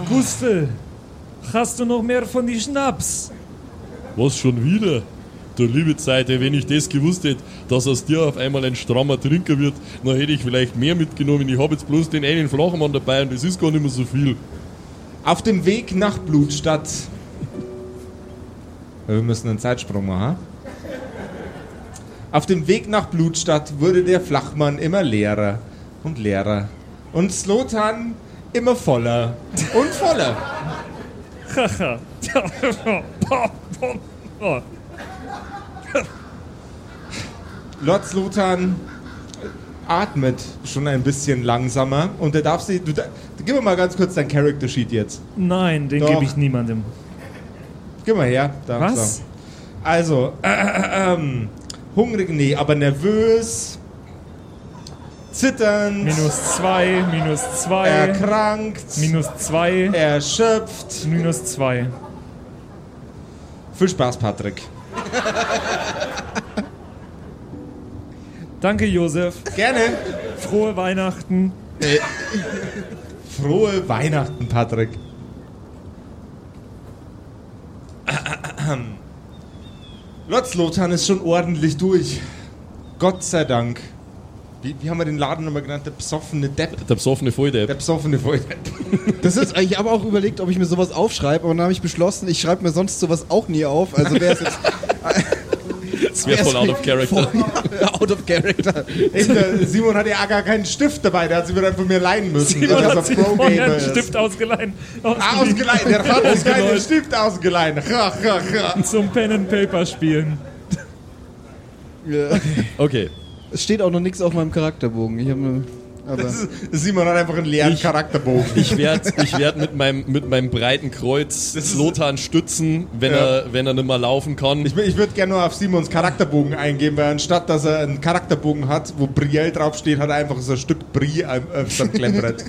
Gustl, hast du noch mehr von die Schnaps? Was schon wieder? Du liebe Zeit, wenn ich das gewusst hätte, dass aus dir auf einmal ein strammer Trinker wird, dann hätte ich vielleicht mehr mitgenommen. Ich habe jetzt bloß den einen Flachmann dabei und das ist gar nicht mehr so viel. Auf dem Weg nach Blutstadt. Wir müssen einen Zeitsprung machen. Auf dem Weg nach Blutstadt wurde der Flachmann immer leerer und leerer. Und Slotan immer voller und voller. Haha. Lord Slotan atmet schon ein bisschen langsamer und er darf sie... Gib mir mal ganz kurz dein Character Sheet jetzt. Nein, den Doch. gebe ich niemandem. Gib mal her. Da, Was? So. Also, hungrig, nee, aber nervös, zitternd, -2, erkrankt, -2, erschöpft. -2. Viel Spaß, Patrick. Danke, Josef. Gerne. Frohe Weihnachten. Frohe Weihnachten, Patrick. Lord Slotan ist schon ordentlich durch. Gott sei Dank. Wie haben wir den Laden nochmal genannt? Der besoffene Depp. Der besoffene Volldepp. Der besoffene Volldepp. Das ist, ich habe auch überlegt, ob ich mir sowas aufschreibe, aber dann habe ich beschlossen, ich schreibe mir sonst sowas auch nie auf. Also wäre es jetzt... Das wäre voll out of character. Out of character. Simon hat ja gar keinen Stift dabei, der hat sich wieder von mir leihen müssen. Simon dass er hat sich Pro-Gamer vorher einen ist. Stift ausgeleihen. Ausgeleihen, der hat sich keinen Stift ausgeleihen. Zum Pen-and-Paper spielen. Ja. Okay. Es steht auch noch nichts auf meinem Charakterbogen. Ich habe nur... Aber Simon hat einfach einen leeren Charakterbogen. Ich werd mit meinem breiten Kreuz Slotan stützen, wenn er nicht mehr laufen kann. Ich würde gerne nur auf Simons Charakterbogen eingehen, weil anstatt dass er einen Charakterbogen hat, wo Brielle draufsteht, hat er einfach so ein Stück Brie auf seinem Klemmbrett.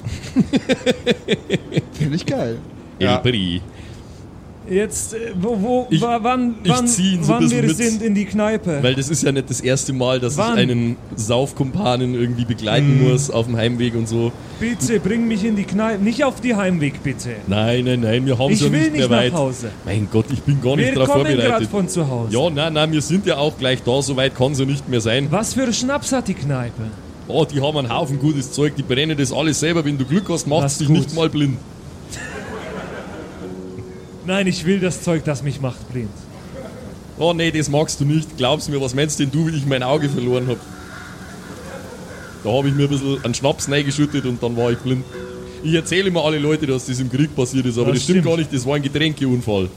finde ich geil. Ja. El Brie. Jetzt, Ich zieh ihn so ein wann bisschen wir mit. sind in die Kneipe? Weil das ist ja nicht das erste Mal, dass Wann? ich einen Saufkumpanen irgendwie begleiten muss auf dem Heimweg und so. Bitte, bring mich in die Kneipe. Nicht auf die Heimweg, bitte. Nein, wir haben Ich ja will nicht nicht mehr nach weit. Hause. Mein Gott, ich bin gar nicht Wir darauf kommen gerade vorbereitet. von zu Hause. Ja, nein, wir sind ja auch gleich da, so weit kann es ja nicht mehr sein. Was für Schnaps hat die Kneipe? Oh, die haben einen Haufen gutes Zeug, die brennen das alles selber. Wenn du Glück hast, macht's Was dich gut. nicht mal blind. Nein, ich will das Zeug, das mich macht blind. Oh nee, das magst du nicht. Glaub's mir, was meinst denn du, wie ich mein Auge verloren hab? Da habe ich mir ein bisschen einen Schnaps reingeschüttet und dann war ich blind. Ich erzähle immer alle Leute, dass das im Krieg passiert ist, aber das stimmt gar nicht, das war ein Getränkeunfall.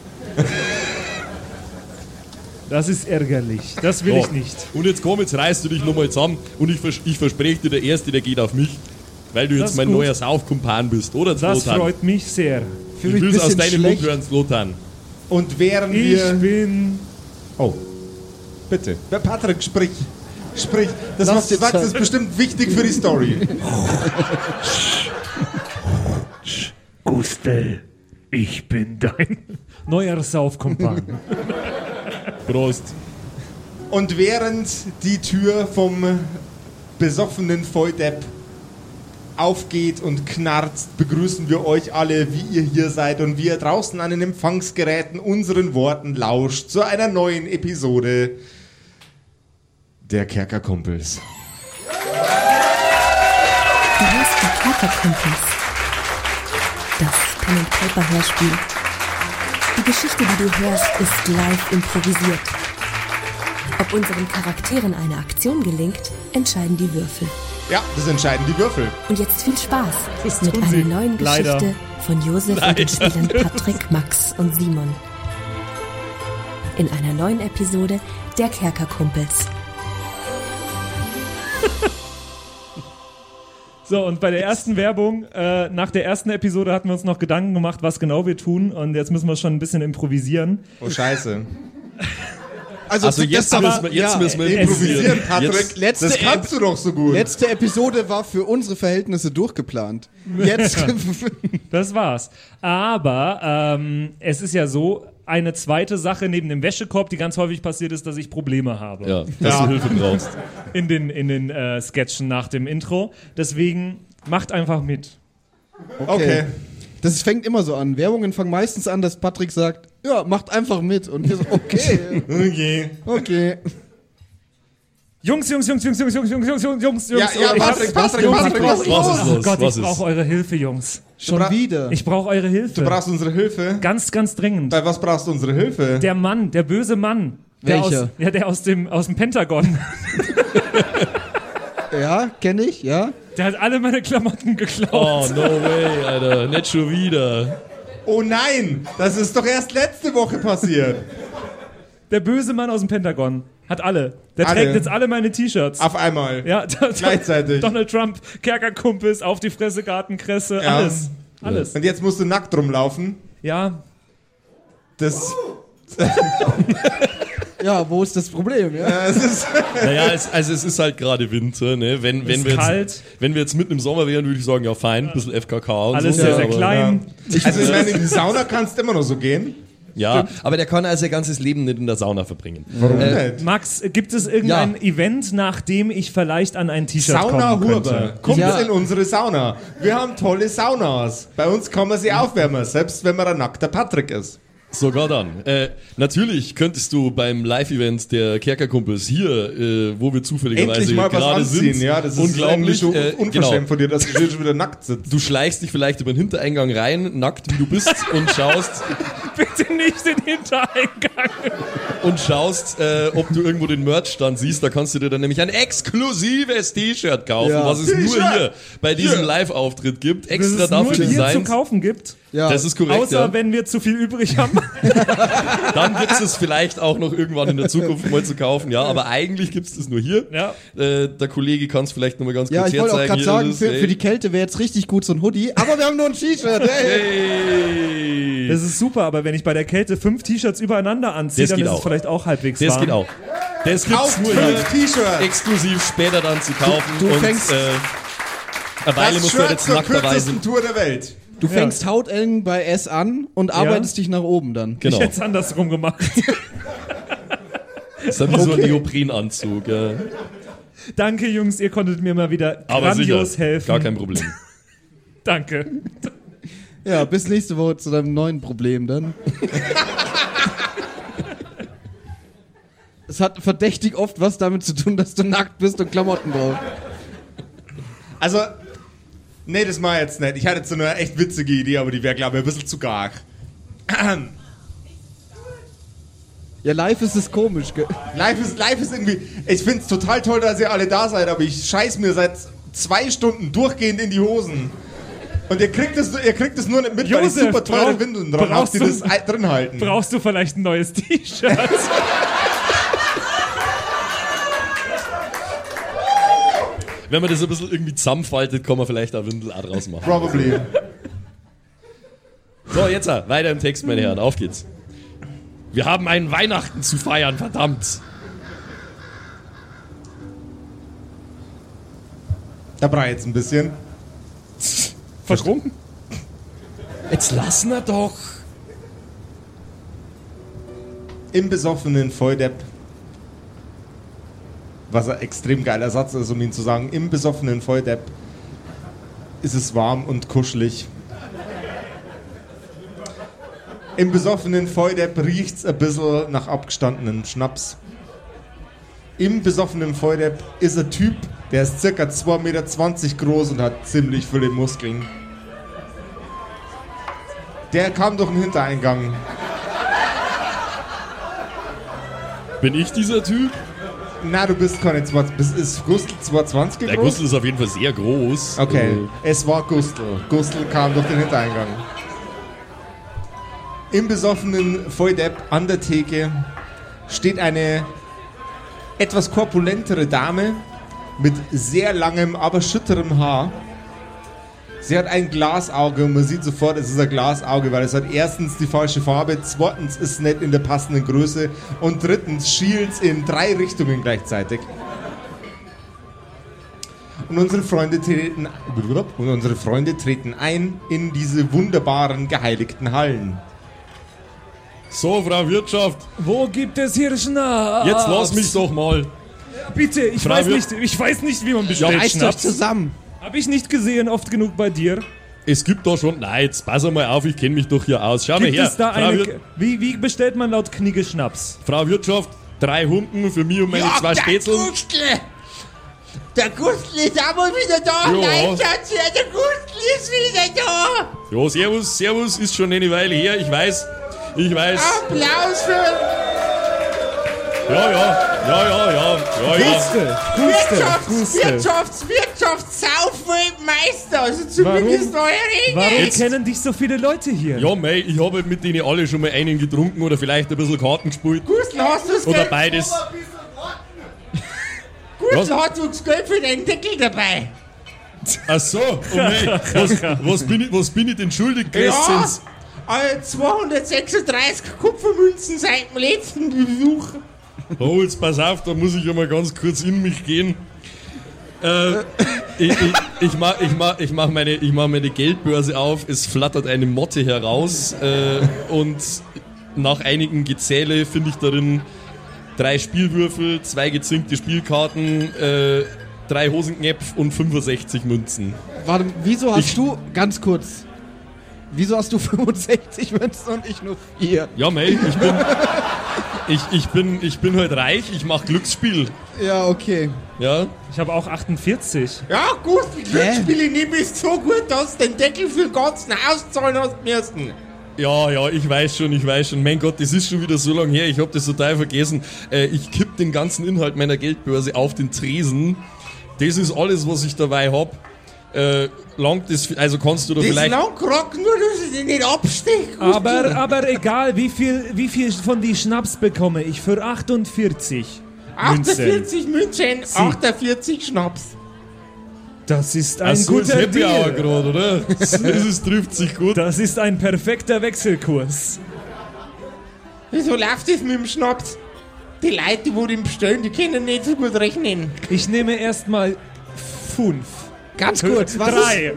Das ist ärgerlich. Das will ich nicht. Und jetzt komm, jetzt reißt du dich nochmal zusammen und ich verspreche dir, der Erste, der geht auf mich. Weil du Das jetzt ist mein gut. neuer Saufkumpan bist, oder Das Slotan? freut mich sehr. Ich will's aus deinem Mund hören, Slotan. Und während Ich wir... bin... Oh, bitte. Patrick, sprich. Sprich. Das, Lass was ist bestimmt wichtig für die Story. Gustl, ich bin dein neuer Saufkumpan. Prost. Und während die Tür vom besoffenen Volldepp aufgeht und knarzt, begrüßen wir euch alle, wie ihr hier seid und wie ihr draußen an den Empfangsgeräten unseren Worten lauscht zu einer neuen Episode der Kerkerkumpels. Du hörst die Kerkerkumpels. Das Pen-and-Paper-Hörspiel. Die Geschichte, die du hörst, ist live improvisiert. Ob unseren Charakteren eine Aktion gelingt, entscheiden die Würfel. Ja, das entscheiden die Würfel. Und jetzt viel Spaß Das mit tun einer sie. neuen Leider. Geschichte von Josef und den Spielern Patrick, Max und Simon. In einer neuen Episode der Kerkerkumpels. So, und bei der ersten Werbung, nach der ersten Episode hatten wir uns noch Gedanken gemacht, was genau wir tun. Und jetzt müssen wir schon ein bisschen improvisieren. Oh, scheiße. Also jetzt müssen wir Improvisieren, Patrick. Jetzt, Das kannst du doch so gut. Letzte Episode war für unsere Verhältnisse durchgeplant. Jetzt... Das war's. Aber es ist ja so, eine zweite Sache neben dem Wäschekorb, die ganz häufig passiert ist, dass ich Probleme habe. ja, dass du Hilfe brauchst. In den Sketchen nach dem Intro. Deswegen macht einfach mit. Okay. Das fängt immer so an. Werbungen fangen meistens an, dass Patrick sagt, ja, macht einfach mit. Und wir so, okay. Okay. Jungs. Ja, Patrick, Was ist Oh los? Gott, Was ich brauche ist? eure Hilfe, Jungs. Schon wieder. Ich brauche eure Hilfe. Du brauchst unsere Hilfe. Ganz, ganz dringend. Bei was brauchst du unsere Hilfe? Der Mann, der böse Mann. Welcher? Der aus dem Pentagon. Ja, kenne ich, ja. Der hat alle meine Klamotten geklaut. Oh, no way, Alter. Nicht schon wieder. Oh nein, das ist doch erst letzte Woche passiert. Der böse Mann aus dem Pentagon. Hat alle. Der Alle. trägt jetzt alle meine T-Shirts. Auf einmal. Ja, Gleichzeitig. Donald Trump, Kerkerkumpels, auf die Fresse, Gartenkresse, Ja. alles. Alles. Und jetzt musst du nackt rumlaufen. Ja, Das, Ja, wo ist das Problem? Ja? es ist... Naja, es ist halt gerade Winter, ne? Wenn ist wir kalt. Jetzt, wenn wir jetzt mitten im Sommer wären, würde ich sagen, ja fein, ein bisschen FKK und alles so. sehr, sehr aber- klein. Also ich meine, in die Sauna kannst du immer noch so gehen. Ja, aber der kann also sein ganzes Leben nicht in der Sauna verbringen. Warum nicht? Max, gibt es irgendein Event, nach dem ich vielleicht an ein T-Shirt Sauna kommen Huber. könnte? Kommt Ja. in unsere Sauna. Wir haben tolle Saunas. Bei uns kann man sie aufwärmen, selbst wenn man ein nackter Patrick ist. Sogar dann. Natürlich könntest du beim Live-Event der Kerkerkumpels hier, wo wir zufälligerweise Endlich mal was gerade anziehen, sind, ja, das ist unglaublich. schon unverschämt Genau. von dir, dass du hier schon wieder nackt sitzt. Du schleichst dich vielleicht über den Hintereingang rein, nackt wie du bist, und schaust, Bitte nicht den Hintereingang. ob du irgendwo den Merch-Stand siehst. Da kannst du dir dann nämlich ein exklusives T-Shirt kaufen, Ja. was es nur T-Shirt. hier bei diesem Hier. Live-Auftritt gibt. Das Extra es nur dafür hier zu designt. kaufen gibt. Ja. Das ist korrekt, Außer ja. wenn wir zu viel übrig haben. Dann gibt es vielleicht auch noch irgendwann in der Zukunft mal zu kaufen, ja, aber eigentlich gibt es das nur hier. Ja. Der Kollege kann es vielleicht nochmal ganz Ja, kurz ich wollte auch herzeigen. gerade Hier sagen, ist es, für die Kälte wäre jetzt richtig gut so ein Hoodie, aber wir haben nur ein T-Shirt. Hey. Hey. Das ist super, aber wenn ich bei der Kälte 5 T-Shirts übereinander anziehe, Das dann geht ist es auch. vielleicht auch halbwegs Das warm. geht auch. Das gibt's Kauft nur 5 hier T-Shirts. exklusiv später dann zu kaufen. Du und fängst- eine Weile Das musst du Shirt jetzt zur nackterweise. kürzesten Tour der Welt. Du fängst hauteng bei S an und arbeitest dich nach oben dann. Ich Genau. hätte es andersrum gemacht. Das ist dann wie so ein Neoprenanzug. Ja. Danke, Jungs, ihr konntet mir mal wieder Aber grandios sicher, helfen. gar kein Problem. Danke. Ja, bis nächste Woche zu deinem neuen Problem dann. Es hat verdächtig oft was damit zu tun, dass du nackt bist und Klamotten brauchst. Also, nee, das mach ich jetzt nicht. Ich hatte jetzt so eine echt witzige Idee, aber die wäre, glaube ich, ein bisschen zu gar. Ja, live ist es komisch, gell? Live ist irgendwie... Ich find's total toll, dass ihr alle da seid, aber ich scheiß mir seit 2 Stunden durchgehend in die Hosen. Und ihr kriegt es nur nicht mit, weil ich Josef, super teure brauch- Windeln dran habe, brauchst die du- das drin halten. Brauchst du vielleicht ein neues T-Shirt? Wenn man das ein bisschen irgendwie zusammenfaltet, kann man vielleicht auch Windel auch draus machen. Probably. So, jetzt weiter im Text, meine Herren. Auf geht's. Wir haben einen Weihnachten zu feiern, verdammt. Da brauch ich jetzt ein bisschen. Warum? Jetzt lassen wir doch. Im besoffenen Volldepp. Was ein extrem geiler Satz ist, um ihn zu sagen. Im besoffenen Volldepp ist es warm und kuschelig. Im besoffenen Volldepp riecht's ein bisschen nach abgestandenem Schnaps. Im besoffenen Volldepp ist ein Typ, der ist circa 2,20 Meter groß und hat ziemlich viele Muskeln. Der kam durch den Hintereingang. Bin ich dieser Typ? Na, du bist keine 20. Ist Gustl 220 Der groß? Gustl ist auf jeden Fall sehr groß. Okay, es war Gustl. Gustl kam durch den Hintereingang. Im besoffenen Volldepp an der Theke steht eine etwas korpulentere Dame mit sehr langem, aber schütterem Haar. Sie hat ein Glasauge und man sieht sofort, es ist ein Glasauge, weil es hat erstens die falsche Farbe, zweitens ist es nicht in der passenden Größe und drittens schielt es in 3 Richtungen gleichzeitig. Und unsere Freunde treten ein in diese wunderbaren, geheiligten Hallen. So, Frau Wirtschaft, Wo gibt es Hirschnaps? jetzt lass mich doch mal. Bitte, ich Frau weiß Wir- nicht, wie man bestellt Reißt euch Schnaps. zusammen. Hab ich nicht gesehen, oft genug bei dir. Es gibt da schon... Nein, jetzt pass einmal auf, ich kenne mich doch hier aus. Schau mal Gibt her. es da wie bestellt man laut Knigge Schnaps? Frau Wirtschaft, 3 Humpen für mich und meine 2 Spätzl. Der Gustl ist auch mal wieder da. Ja. Nein, Schatz, der Gustl ist wieder da. Ja, servus, ist schon eine Weile her, ich weiß. Applaus für Wirtschaftsweltmeister, also zumindest eure Warum Jetzt- kennen dich so viele Leute hier? Ja, mei, ich habe mit denen alle schon mal einen getrunken oder vielleicht ein bisschen Karten gespielt. Gustl, hast du das Oder Geld? beides. Gustl, hast du das Geld für den Deckel dabei? Ach so, oh mei, was bin ich denn schuldig, Christens? Ja, 236 Kupfermünzen seit dem letzten Besuch. Oh, jetzt pass auf, da muss ich ja mal ganz kurz in mich gehen. Ich mach meine Geldbörse auf, es flattert eine Motte heraus und nach einigen Gezähle finde ich darin 3 Spielwürfel, 2 gezinkte Spielkarten, 3 Hosenknäpf und 65 Münzen. Warte, wieso hast du, ganz kurz, wieso hast du 65 Münzen und ich nur 4? Ja, mei, ich bin halt reich, ich mach Glücksspiel. Ja, okay. Ja, Ich habe auch 48. Ja, Gustl, Glücksspiele nehmen ist so gut, dass du den Deckel für den ganzen Haus zahlen hast müssen. ja, ich weiß schon. Mein Gott, das ist schon wieder so lange her, ich habe das total vergessen. Ich kipp den ganzen Inhalt meiner Geldbörse auf den Tresen. Das ist alles, was ich dabei hab. Langt das, also kannst du da Das vielleicht... lang gerade nur, dass ich den nicht abstech. Aber egal, wie viel von die Schnaps bekomme ich für 48 Münzen? 48 Münzen, 48 Schnaps. Das ist Ach ein so, ist guter Happy Hour Deal. gerade, oder? Das trifft sich gut. Das ist ein perfekter Wechselkurs. Wieso läuft das mit dem Schnaps? Die Leute, die den bestellen, die können nicht so gut rechnen. Ich nehme erstmal 5. Ganz kurz, was 3.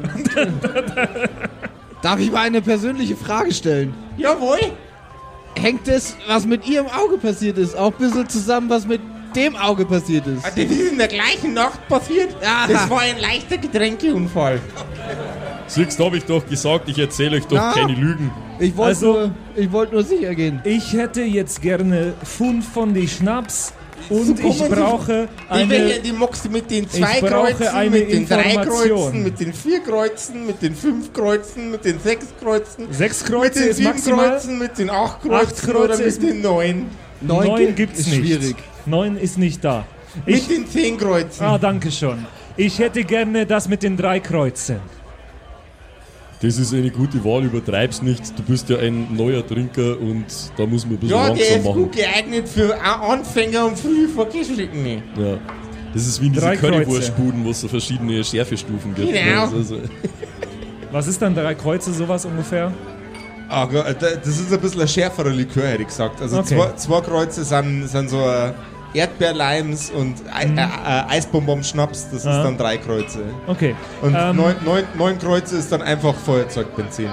Darf ich mal eine persönliche Frage stellen? Jawohl. Hängt das, was mit ihrem Auge passiert ist, auch ein bisschen zusammen, was mit dem Auge passiert ist? Das ist in der gleichen Nacht passiert. Aha. Das war ein leichter Getränkeunfall. Siehst du, hab ich doch gesagt, ich erzähle euch doch Na? keine Lügen. Ich wollte nur sicher gehen. Ich hätte jetzt gerne 5 von die Schnaps und So ich kommen brauche Die magst du mit den 2 Ich brauche Kreuzen, eine mit den 3 Information. Kreuzen, mit den 4 Kreuzen, mit den 5 Kreuzen, mit den 6 Kreuzen, 6 mit Kreuze den ist 7 maximal. Kreuzen, mit den 8 Kreuzen Kreuze oder ist- mit den 9. 9 gibt's ist nicht. schwierig. 9 ist nicht da. Mit den 10 Kreuzen. Ah, danke schon. Ich hätte gerne das mit den 3 Kreuzen. Das ist eine gute Wahl, übertreib's nicht. Du bist ja ein neuer Trinker und da muss man ein bisschen Ja, der langsam ist machen. gut geeignet für Anfänger und früh Vorgeschrittene. Ja. Das ist wie in 3 diese Kreuze. Currywurstbuden, wo es so verschiedene Schärfestufen gibt. Genau. Also, Was ist dann 3 Kreuze, sowas ungefähr? Ah, das ist ein bisschen ein schärferer Likör, hätte ich gesagt. Also Okay. 2 Kreuze sind so Erdbeerleims und Eisbonbon-Schnaps, das ist Ah. dann 3 Kreuze. Okay. Und 9 Kreuze ist dann einfach Feuerzeugbenzin.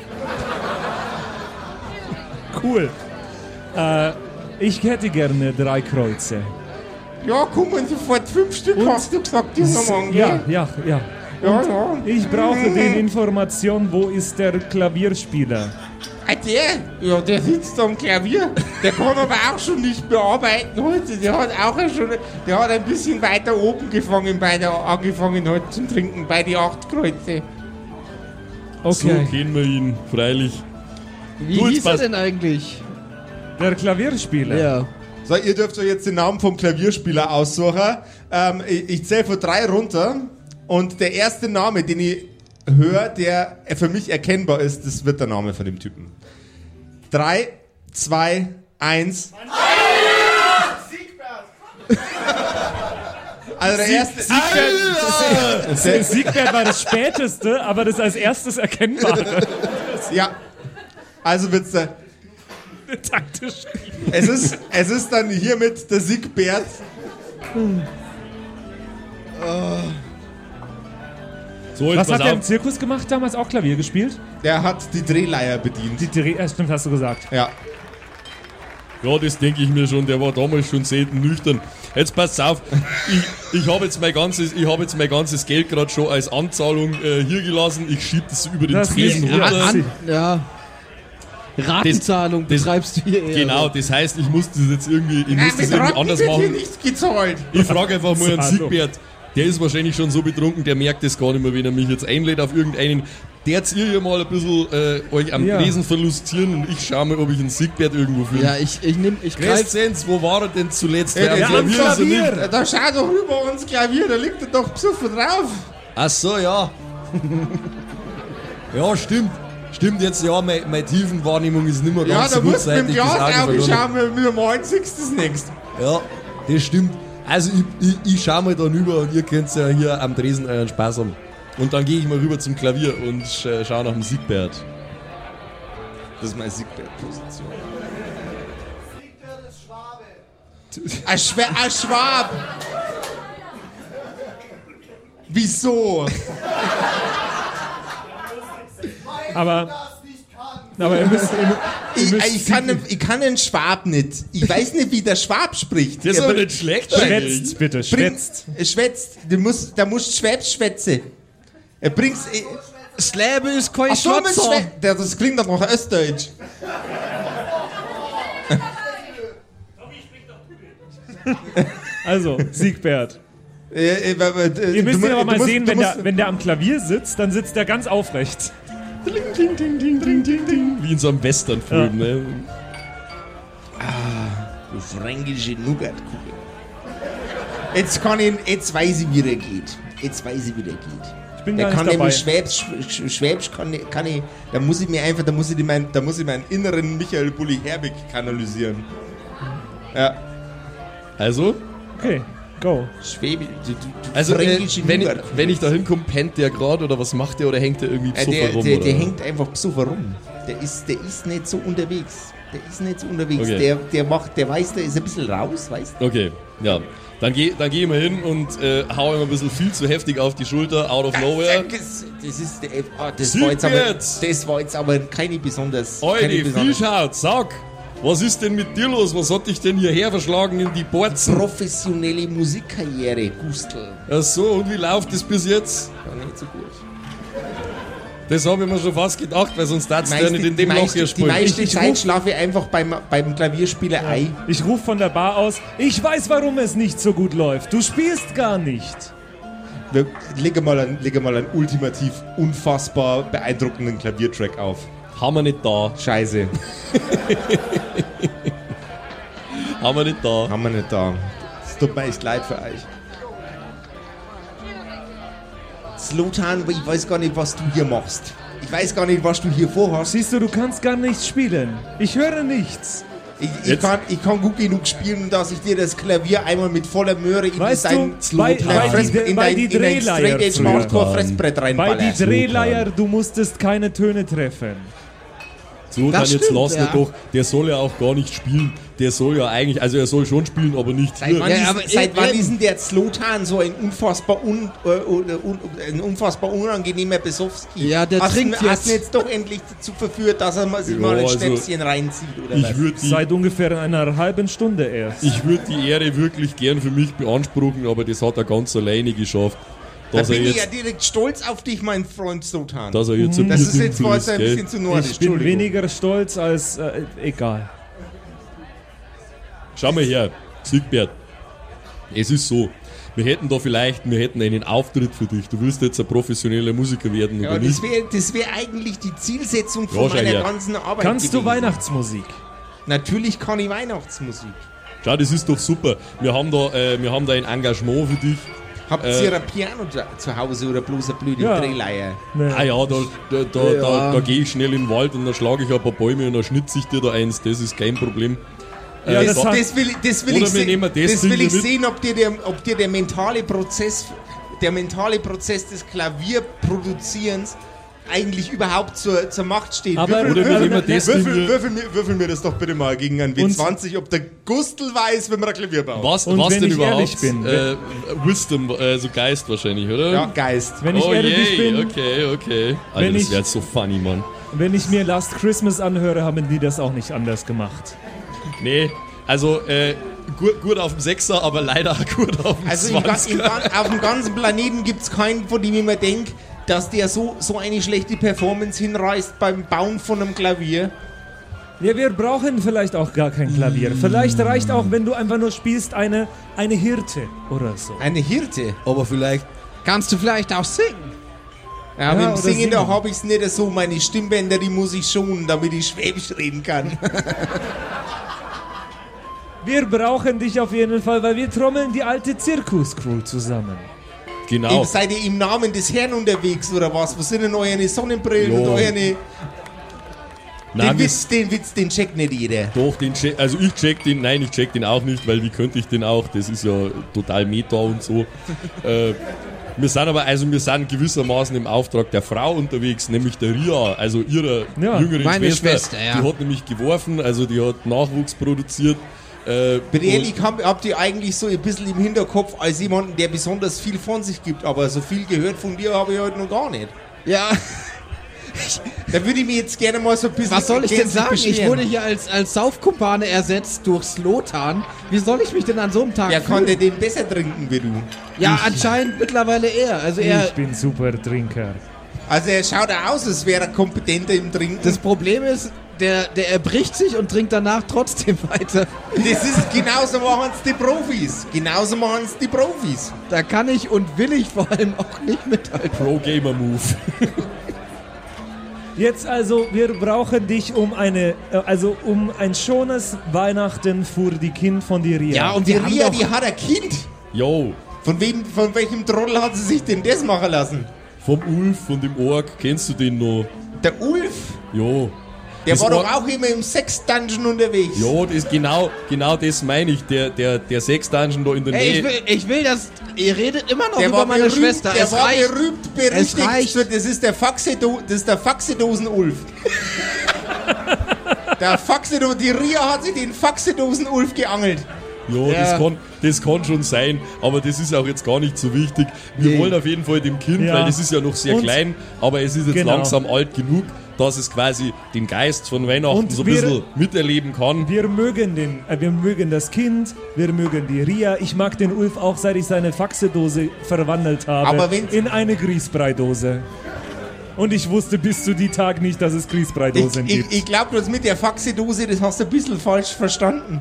Cool. Ich hätte gerne 3 Kreuze. Ja, kommen sofort 5 Stück, Und- hast du gesagt, junger Mann, Ja, gell? ja, ja. Ja, ja. Ich brauche die Information, wo ist der Klavierspieler? Ah, der sitzt am Klavier. Der kann aber auch schon nicht bearbeiten heute. Der hat ein bisschen weiter oben angefangen heute zum Trinken bei die 8 Kreuze. So Okay. kennen wir ihn, freilich. Wie Du, jetzt hieß er passt- denn eigentlich? Der Klavierspieler. Ja. So, ihr dürft euch jetzt den Namen vom Klavierspieler aussuchen. Ich zähle von 3 runter und der erste Name, den ich höre, der für mich erkennbar ist, das wird der Name von dem Typen. 3, 2, 1. Also der erste. Siegbert war das späteste, aber das als erstes erkennbare. Ja. Also wird's der. Taktisch. Es ist dann hiermit der Siegbert. So, jetzt Was pass hat der im auf. Zirkus gemacht damals? Auch Klavier gespielt? Der hat die Drehleier bedient. Stimmt, hast du gesagt. Ja. Ja, das denke ich mir schon. Der war damals schon selten nüchtern. Jetzt passt auf, ich habe jetzt mein ganzes Geld gerade schon als Anzahlung hier gelassen. Ich schieb das über den Das Tresen nicht. runter. Ja. Ratenzahlung betreibst du hier eher. Genau, das heißt, ich muss das jetzt irgendwie, anders Hier machen. nichts gezahlt. Ich frage einfach mal einen Zahlung. Siegbert. Der ist wahrscheinlich schon so betrunken, der merkt das gar nicht mehr, wenn er mich jetzt einlädt auf irgendeinen. Der ihr hier mal ein bisschen euch am Ja. Tresen verlustieren und ich schaue mal, ob ich einen Siegbert irgendwo finde. Ja, ich greif. Crescenz, wo war er denn zuletzt? Ja, Am ja, am Klavier ist er nicht. Klavier. Da schau doch rüber ans Klavier, da liegt er doch besoffen drauf. Ach so, ja. Ja, stimmt. Stimmt jetzt, ja, meine Tiefenwahrnehmung ist nicht mehr Ja, ganz da so gut, musst du mit seit dem ich das Glas Auge verloren habe. aufschauen, wir mal das nächste. Ja, das stimmt. Also ich schau mal dann rüber und ihr könnt ja hier am Tresen euren Spaß haben. Und dann gehe ich mal rüber zum Klavier und schau nach dem Siegbert. Das ist meine Siegbert-Position. Siegbert ist Schwabe. Ein Schwab. Wieso? Aber ihr müsst Ich kann den Schwab nicht. Ich weiß nicht, wie der Schwab spricht. Das ist Er aber br- nicht schlecht. schwätzt, bitte, schwätzt. Schwätzt. Da musst Schwäbs schwätze. Er bringt's. Das Leben ist kein Ach so, mit Schwätzer. das klingt doch noch Östdeutsch. Also, Siegbert. Ihr Ihr müsst ihn aber mal sehen, wenn der am Klavier sitzt, dann sitzt der ganz aufrecht. Wie in so einem Westernfilm, ne? Du fränkische Nougatkugel. Jetzt weiß ich, wie der geht. Jetzt weiß ich, wie der geht. Ich bin Der gar kann nicht dabei. nämlich Schwäbisch kann ich, da muss ich meinen inneren Michael Bulli Herbig kanalisieren. Ja. Also, Okay, go. Schwäbisch, du also fränkische Nougatkugel. wenn ich da hinkomme, pennt der gerade oder was macht der oder hängt der irgendwie besoffen rum? Der oder? hängt einfach besoffen rum. Der ist nicht so unterwegs. Okay. Der weiß, der ist ein bisschen raus, weißt du? Okay, ja. Dann geh ich mal hin und hau ihm ein bisschen viel zu heftig auf die Schulter, out of nowhere. Das war jetzt aber keine besonders. Eure Vielschaut, sag, was ist denn mit dir los? Was hat dich denn hierher verschlagen in die Borzen? Professionelle Musikkarriere, Gustl. Ach so, und wie läuft das bis jetzt? Ja, nicht so gut. Das habe ich mir schon fast gedacht, weil sonst darfst du ja nicht in dem Loch hier Die spielen. meiste Ich Zeit ruf- schlafe ich einfach beim Klavierspieler ein. Ich rufe von der Bar aus, ich weiß, warum es nicht so gut läuft. Du spielst gar nicht. Lege mal einen ultimativ unfassbar beeindruckenden Klaviertrack auf. Haben wir nicht da. Scheiße, Haben wir nicht da. haben wir nicht da. Es tut mir echt leid für euch. Slotan, ich weiß gar nicht, was du hier machst. Ich weiß gar nicht, was du hier vorhast. Siehst du, du kannst gar nichts spielen. Ich höre nichts. Ich kann gut genug spielen, dass ich dir das Klavier einmal mit voller Möhre in Weißt dein du, bei die Straight Drehleier Edge früher. Hardcore Fressbrett Bei reinballern. die Drehleier, du musstest keine Töne treffen. So, dann Das jetzt stimmt, lass ihn ja. doch. Der soll ja auch gar nicht spielen. Der soll ja eigentlich, also er soll schon spielen, aber nicht Seit hier. wann, Ja, aber seit wann eben. ist denn der Slotan so ein unfassbar unangenehmer Besowski? Ja, der trinkt Hast du jetzt. jetzt doch endlich dazu verführt, dass er sich Ja, mal ein also, Schnäpschen reinzieht, oder was? Ich würde die, Seit ungefähr einer halben Stunde erst. die Ehre wirklich gern für mich beanspruchen, aber das hat er ganz alleine geschafft. Da Dass er bin ich ja jetzt, direkt stolz auf dich, mein Freund Slotan. dass er jetzt ein Das ist bisschen jetzt mal so ein gell? bisschen zu nordisch, Ich bin Entschuldigung. weniger stolz als... egal. Schau mal her, Siegbert. Es ist so, wir hätten einen Auftritt für dich. Du willst jetzt ein professioneller Musiker werden, Ja, oder nicht? das wär eigentlich die Zielsetzung von Ja, schau meiner her. ganzen Arbeit Kannst du gewesen. Weihnachtsmusik? Natürlich kann ich Weihnachtsmusik. Schau, das ist doch super. Wir haben da ein Engagement für dich. Habt ihr ein Piano zu Hause oder bloß eine blöde Ja. Drehleier? Nee. Ah ja, da gehe ich schnell in den Wald und dann schlage ich ein paar Bäume und dann schnitze ich dir da eins. Das ist kein Problem. Ja, Das, das hat- das will Oder ich, wir nehmen das das Ding will ich mit. sehen, ob dir der mentale Prozess des Klavierproduzierens eigentlich überhaupt zur Macht steht. Aber- Oder wir nehmen das Ding hier. Würfel mir das doch bitte mal gegen einen W20, ob der Gustl weiß, wenn man ein Klavier baut. Was Und wenn denn ich überhaupt? ehrlich bin, Wisdom, so Geist wahrscheinlich, oder? Ja, Geist. Wenn ich Oh ehrlich je, bin, okay. Alter, Wenn das ich- wäre jetzt so funny, Mann. wenn ich mir Last Christmas anhöre, haben die das auch nicht anders gemacht. Nee, also gut auf dem 6er, aber leider auch gut auf dem Also 20er. auf dem ganzen Planeten gibt es keinen, von dem ich mir denke, dass der so eine schlechte Performance hinreißt beim Bauen von einem Klavier. Ja, wir brauchen vielleicht auch gar kein Klavier. Vielleicht reicht auch, wenn du einfach nur spielst, eine Hirte oder so. Eine Hirte. Aber vielleicht kannst du vielleicht auch singen. Ja, Ja, mit dem oder Singen, da singen. habe ich es nicht so. Meine Stimmbänder, die muss ich schonen, damit ich Schwäbisch reden kann. Wir brauchen dich auf jeden Fall, weil wir trommeln die alte Zirkus-Crew zusammen. Genau. Seid ihr im Namen des Herrn unterwegs oder was? Was sind denn eure Sonnenbrillen Jo. und eure... Nein, Den Witz, den checkt nicht jeder. Doch, ich check den auch nicht, weil wie könnte ich den auch? Das ist ja total Meta und so. Wir sind gewissermaßen im Auftrag der Frau unterwegs, nämlich der Ria, also ihrer Ja, jüngeren meine Schwester. Schwester, ja. Die hat nämlich geworfen, also die hat Nachwuchs produziert. Bin ehrlich, habt ihr eigentlich so ein bisschen im Hinterkopf als jemanden, der besonders viel von sich gibt, aber so viel gehört von dir habe ich heute noch gar nicht. Ja, Da würde ich mich jetzt gerne mal so ein bisschen... was soll ich denn gänzlich sagen? Ich beschweren. wurde hier als Saufkumpane ersetzt durch Slotan. Wie soll ich mich denn an so einem Tag Ja, kann fühlen? der den besser trinken wie du? Ja, anscheinend mittlerweile er. Also Ich er. bin super Trinker. Also er schaut auch aus, als wäre er kompetenter im Trinken. Das Problem ist, der erbricht sich und trinkt danach trotzdem weiter. Das ist genauso machen es die Profis. Genauso machen es die Profis. Da kann ich und will ich vor allem auch nicht mithalten. Pro-Gamer-Move. Jetzt also, wir brauchen dich um ein schönes Weihnachten für die Kind von die Ria. Ja, und Die wir haben Ria, doch, die hat ein Kind. Jo, Von welchem Troll hat sie sich denn das machen lassen? vom Ulf, von dem Ork, kennst du den noch? Der Ulf, Jo. der Das war doch Ork- auch immer im Sex-Dungeon unterwegs. Ja, das ist genau das meine ich. Der Sex-Dungeon da in der Ey, Nähe. ich will das. Ihr redet immer noch Der über war meine berühmt, Schwester. Der Es war reicht. berühmt berüchtigt. reicht. Das ist der Faxedosen-Ulf. Die Ria hat sich den Faxedosen-Ulf geangelt. Ja, Ja. das kann schon sein, aber das ist auch jetzt gar nicht so wichtig. Wir Nee. wollen auf jeden Fall dem Kind, Ja. weil das ist ja noch sehr Und- klein, aber es ist jetzt Genau. langsam alt genug, dass es quasi den Geist von Weihnachten Und so ein wir- bisschen miterleben kann. Wir mögen das Kind, wir mögen die Ria. Ich mag den Ulf auch, seit ich seine Faxedose verwandelt habe Aber wenn's- in eine Grießbreidose. Und ich wusste bis zu die Tag nicht, dass es Grießbreidosen gibt. Ich glaube, das mit der Faxedose, das hast du ein bisschen falsch verstanden.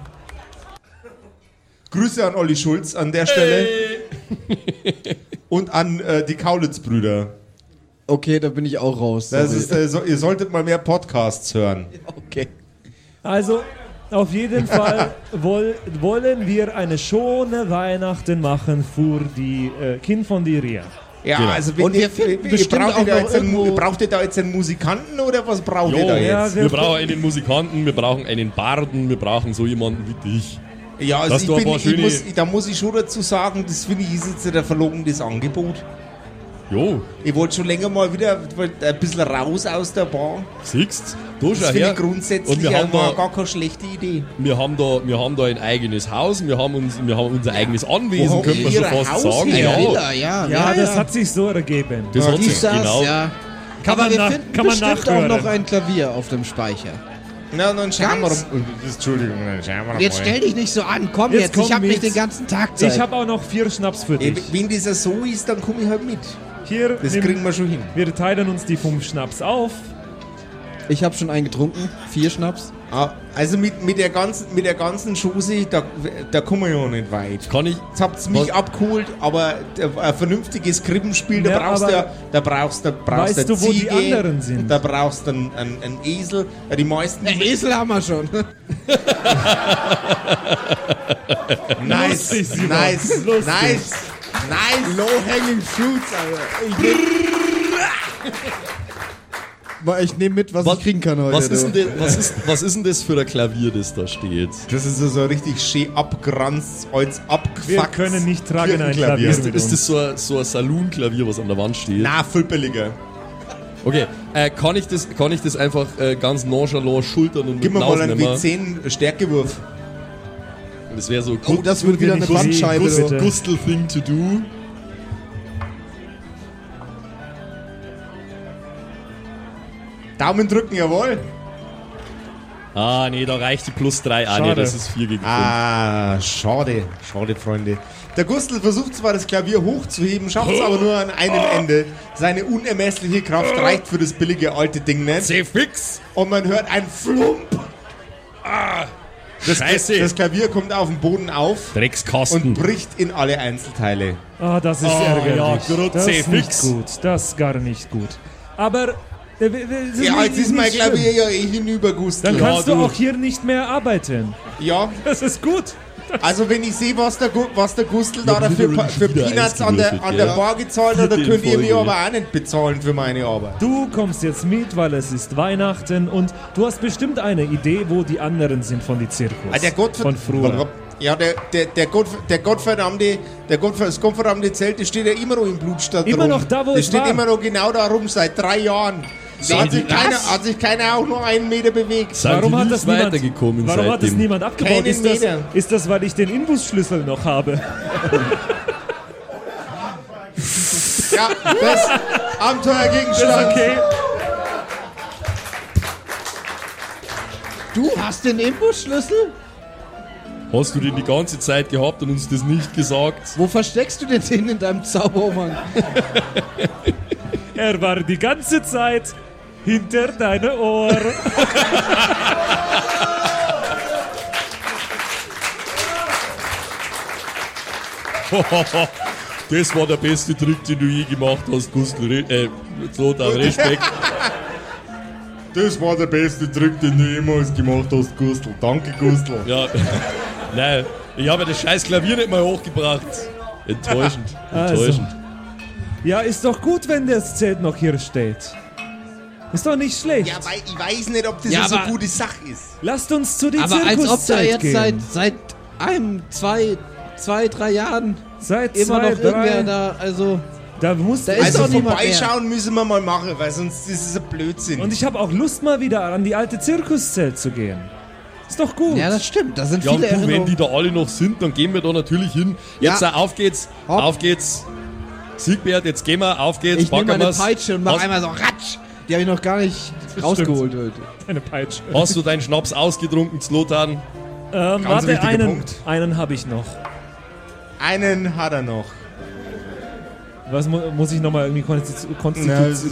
Grüße an Olli Schulz an der Stelle. Und an die Kaulitz-Brüder. Okay, da bin ich auch raus. Das sorry. ist, ihr solltet mal mehr Podcasts hören. okay. Also, auf jeden Fall wollen wir eine schöne Weihnachten machen für die Kind von die Ria. Ja, Genau. also wenn Und wir finden bestimmt braucht, auch ihr da noch jetzt einen, irgendwo- braucht ihr da jetzt einen Musikanten oder was braucht ihr Jo, da ja, jetzt? wir- Wir brauchen einen Musikanten, wir brauchen einen Barden, wir brauchen so jemanden wie dich. Ja, also Dass du ein paar schöne- da muss ich schon dazu sagen, das finde ich ist jetzt ein verlogenes Angebot. Jo, Ich wollte schon länger mal wieder ein bisschen raus aus der Bar. siehst du? Das schau finde her. ich grundsätzlich Und wir haben, mal da, gar keine schlechte Idee. wir haben da ein eigenes Haus, wir haben unser eigenes Anwesen, Wo könnte man schon ihr fast Haus sagen. her? Ja, Villa, ja. Ja, das hat sich so ergeben. das hat die sich ist das, genau. Ja. Kann Aber man wir nach- finden kann man bestimmt auch nachhören. noch ein Klavier auf dem Speicher. Na, dann schauen wir Ganz- doch. Entschuldigung, dann schauen wir Jetzt mal. stell dich nicht so an. Komm Jetzt jetzt. komm Ich habe nicht mit. den ganzen Tag Zeit. Ich habe auch noch 4 Schnaps für dich. Wenn das so ist, dann komme ich halt mit. Hier, Das kriegen wir schon hin. wir teilen uns die 5 Schnaps auf. Ich habe schon einen getrunken. 4 Schnaps. Ah, also mit der ganzen Chose, da kommen wir ja nicht weit. Kann ich, Jetzt habt ihr mich Was? abgeholt, aber ein vernünftiges Krippenspiel, da Ja, brauchst aber du weißt eine du, wo die Ziege, anderen sind? Da brauchst du einen Esel. Ja, die meisten... Esel haben wir schon. Nice, Lustig, Simon. nice, Lustig. nice, nice. Low-hanging fruits, Alter. Ich nehme mit, was ich kriegen kann heute. was ist, du. denn was ist denn das für ein Klavier, das da steht? Das ist so richtig schön abgeranzt, als abgefuckt. Wir können nicht tragen ein Kirchenklavier. Klavier. Ist das so ein Saloon-Klavier, was an der Wand steht? Na, viel billiger. Okay, kann ich das einfach ganz nonchalant schultern und Gib mir mal einen rausnehmen? W10 Stärkewurf. Das wäre so Oh, das wird wieder eine nicht Bandscheibe. sehen, du. bitte. Gustel thing to do. Daumen drücken, jawohl. Ah, nee, da reicht die +3 an. Nee, Schade. das ist 4 gegen 5. Schade. Schade, Freunde. Der Gustl versucht zwar das Klavier hochzuheben, schafft es aber nur an einem Ende. Seine unermessliche Kraft reicht für das billige alte Ding nicht. C-Fix! Und man hört ein Flump. Scheiße! Das Klavier kommt auf den Boden auf Dreckskasten. und bricht in alle Einzelteile. Ah, das ist ärgerlich. ja, gut, das ist nicht fix. gut. Das ist gar nicht gut. Aber Ja, jetzt ist mein Klavier ja eh hinüber, Gustl. Dann kannst Ja, du du. auch hier nicht mehr arbeiten. Ja, Das ist gut. also wenn ich sehe, was der Gustl da literally für wieder Peanuts eins an der gewürfelt, Bar gezahlt hat, dann Vierte könnt ihr mir Folge. aber auch nicht bezahlen für meine Arbeit. Du kommst jetzt mit, weil es ist Weihnachten und du hast bestimmt eine Idee, wo die anderen sind von die Zirkus. Der von früher. Ja, das gottverdammte Zelt, das steht ja immer noch im Blutstadt Immer rum. noch da, wo das es steht war. immer noch genau da rum, seit 3 Jahren. Da hat sich keiner auch nur einen Meter bewegt. Warum hat das niemand, weitergekommen warum hat das seitdem? niemand abgebaut? Keinen Meter. Ist das, weil ich den Inbusschlüssel noch habe? Ja, das Abenteuergegenstand. Okay. Du hast den Imbusschlüssel? Hast du den die ganze Zeit gehabt und uns das nicht gesagt? Wo versteckst du denn den in deinem Zaubermann? Er war die ganze Zeit hinter deine Ohr. Das war der beste Trick, den du je gemacht hast, Gustl. Lothar, Respekt. Das war der beste Trick, den du jemals gemacht hast, Gustl. Danke, Gustl. Ja, nein, ich habe ja das scheiß Klavier nicht mal hochgebracht. Enttäuschend, enttäuschend. Ja, ist doch gut, wenn das Zelt noch hier steht. Ist doch nicht schlecht. Ja, weil ich weiß nicht, ob das Ja, so eine aber- gute Sache ist. Lasst uns zu die Aber als ob da Zirkuszelt jetzt gehen. seit einem, zwei, 3 Jahren Seit immer 2, noch irgendwer 3, da, also... da muss Da ist Also doch niemand vorbeischauen müssen wir mal machen, weil sonst ist es ein Blödsinn. Und ich habe auch Lust, mal wieder an die alte Zirkuszelt zu gehen. Ist doch gut. Ja, das stimmt, da sind Ja, und viele du, wenn Erinnerungen. die da alle noch sind, dann gehen wir da natürlich hin. Jetzt Ja. auf geht's, Hopp. auf geht's. Siegbert, jetzt gehen wir, auf geht's, Ich nehme packen meine wir's. Peitsche und mach Hast- einmal so ratsch. Die habe ich noch gar nicht rausgeholt heute. Eine Peitsche. Hast du deinen Schnaps ausgetrunken, Zlotan? Warte, wichtiger einen, Punkt. einen habe ich noch. Einen hat er noch. Was muss ich nochmal irgendwie Konstitution?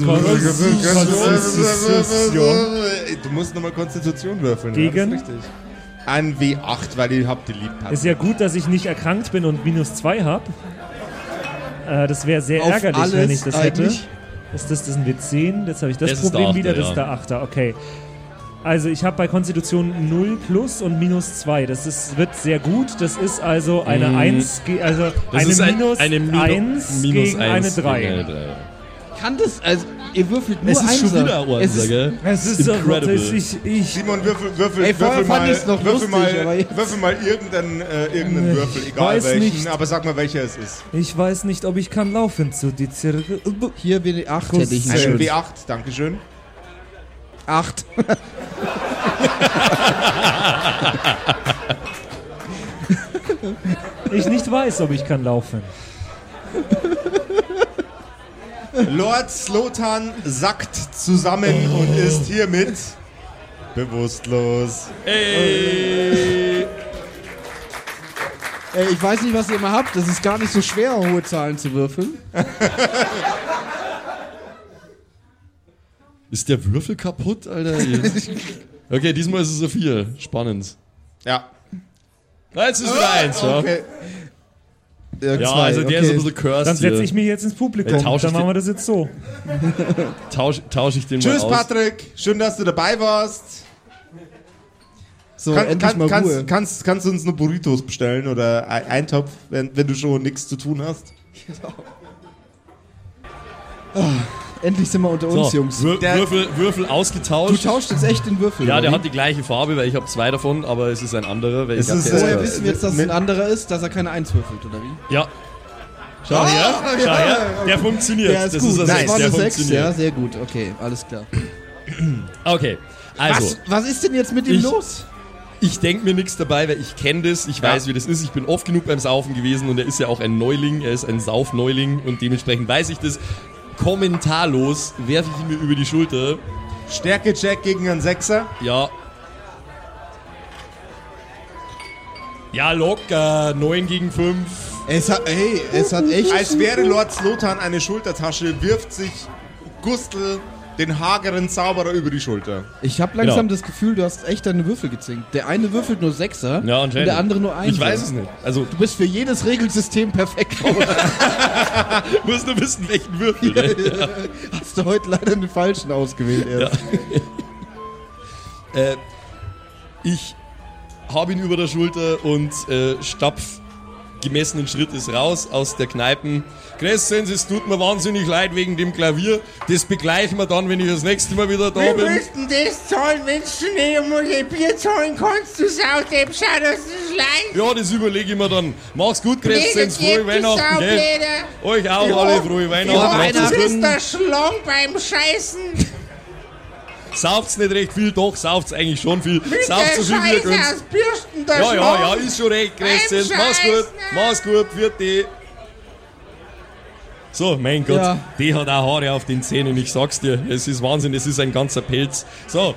Du musst nochmal Konstitution würfeln. Gegen? Ja, das ist richtig. Ein W8, weil ihr habt die lieb. Ist ja gut, dass ich nicht erkrankt bin und -2 habe. Das wäre sehr Auf ärgerlich, wenn alles ich das hätte. eigentlich. Ist das ein W10? Jetzt habe ich das Das ist Problem der wieder, Achter, das ist ja. der Achter. Okay. Also ich habe bei Konstitution 0 plus und -2. Das wird sehr gut. Das ist also eine 1, also Das eine ist minus, eine 1 gegen eine 3. Kann das, also ihr würfelt nur Es ist schon Einser. wieder ein Es ist, gell? Es ist so, Incredible. ich Simon, würfel Ey, vorher fand ich's noch lustig, aber jetzt- würfel mal irgendeinen Würfel, egal weiß welchen, nicht. aber sag mal, welcher es ist. weiß nicht, ob ich kann laufen zu die Zirkel. hier W8 hätte ich Einen schön. W8, Dankeschön. 8. Ich nicht weiß, ob ich kann laufen. Lord Slotan sackt zusammen und ist hiermit bewusstlos. Ey! Ey, ich weiß nicht, was ihr immer habt. Das ist gar nicht so schwer, hohe Zahlen zu würfeln. Ist der Würfel kaputt, Alter? Okay, diesmal ist es eine 4. Spannend. Ja. Na, jetzt ist es wieder 1, ja. Okay. Ja, also der ist ein bisschen cursed Dann setze hier. ich mich jetzt ins Publikum. Tausch ich Dann machen den- wir das jetzt so. Tausch ich den Tschüss, mal aus. Patrick. Schön, dass du dabei warst. So, endlich mal Ruhe. Kannst du uns nur Burritos bestellen oder Eintopf, wenn du schon nichts zu tun hast? Endlich sind wir unter uns, So, Jungs. Würfel Du ausgetauscht. tauscht jetzt echt den Würfel. Ja, oder der wie? hat die gleiche Farbe, weil ich habe 2 davon, aber es ist ein anderer. Weil Es ich hab ist, der Woher äh, wissen wir jetzt, dass es mit- ein anderer ist, dass er keine 1 würfelt, oder wie? Ja. Schau her, schau her. Der funktioniert. Der ist das gut. ist Das ein war der eine 6, funktioniert. ja, sehr gut. Okay, alles klar. Okay, also, Was ist denn jetzt mit ihm Ich- los? ich denke mir nichts dabei, weil ich kenne das, ich weiß, wie das ist. Ich bin oft genug beim Saufen gewesen und er ist ja auch ein Neuling, er ist ein Saufneuling und dementsprechend weiß ich das. Kommentarlos werfe ich ihn mir über die Schulter. Stärke-Check gegen einen Sechser. Ja, Ja, locker. 9 gegen 5. Es hat echt... Als wäre Lord Slotan eine Schultertasche, wirft sich Gustl den hageren Zauberer über die Schulter. Ich habe langsam Genau. das Gefühl, du hast echt deine Würfel gezinkt. Der eine würfelt nur 6er Ja, und der andere nur 1er. Ich weiß es nicht. Also, Du bist für jedes Regelsystem perfekt. du musst nur wissen, welchen Würfel. Ne? Hast du heute leider den falschen ausgewählt erst. Ich habe ihn über der Schulter und stapf gemessenen Schrittes raus aus der Kneipe. Grüßens, es tut mir wahnsinnig leid wegen dem Klavier. Das begleichen wir dann, wenn ich das nächste Mal wieder da Wir bin. müssten das zahlen, wenn du nicht einmal ein Bier zahlen kannst, du Saudepp, schau, dass du schleichst. Ja, das überlege ich mir dann. Mach's gut, Grüßens, frohe Weihnachten, gell? Euch auch alle frohe Weihnachten. Macht's Du gut. bist der Schlang beim Scheißen. Sauft's nicht recht viel, doch, sauft's eigentlich schon viel. Mit Sauft's der so viel, wie ihr Scheiße könnt. aus Bürsten, der Ja, Schlang. ist schon recht, Grüßens. Beim Mach's gut, Scheißen. mach's gut, vierte. So, mein Gott, Ja. die hat auch Haare auf den Zähnen, ich sag's dir. Es ist Wahnsinn, es ist ein ganzer Pelz. So,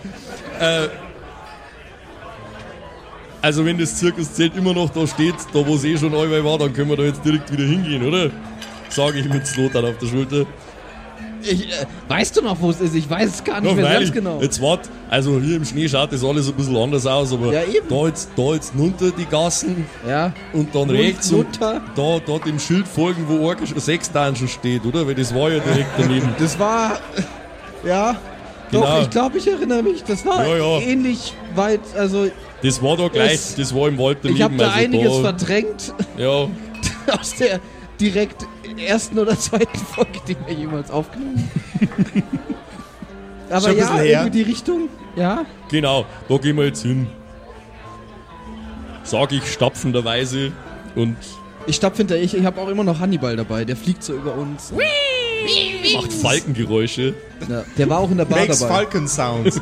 also wenn das Zirkuszelt immer noch da steht, da wo es eh schon allweil war, dann können wir da jetzt direkt wieder hingehen, oder? Sage ich mit Slotan auf der Schulter. Weißt du noch, wo es ist? Ich weiß es gar nicht Ja, mehr freilich. ganz genau. Jetzt wart, also hier im Schnee schaut das alles ein bisschen anders aus, aber Ja, eben. da jetzt runter die Gassen Ja. und dann rechts und runter. da dem Schild folgen, wo Orca 6 dann schon steht, oder? Weil das war ja direkt daneben. Das war... Ja. Genau. Doch, ich glaube, ich erinnere mich. Das war Ja, ja. ähnlich weit... Also, Das war da gleich, Es- das war im Wald daneben. ich habe da also einiges da, verdrängt ja, aus der direkt ersten oder zweiten Folge, die wir jemals aufgenommen haben. Aber Schon ein ja, bisschen her. irgendwie die Richtung. Ja. genau, da gehen wir jetzt hin. Sag ich stapfenderweise und Ich stapf hinter ich habe auch immer noch Hannibal dabei, der fliegt so über uns. macht Falkengeräusche. Ja, der war auch in der Bar Makes dabei. Falcon Sounds.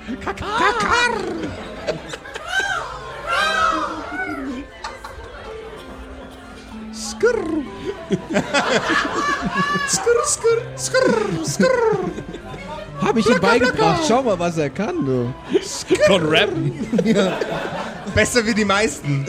Habe ich ihm beigebracht. Schau mal, was er kann, du. Kann rappen. Besser wie die meisten.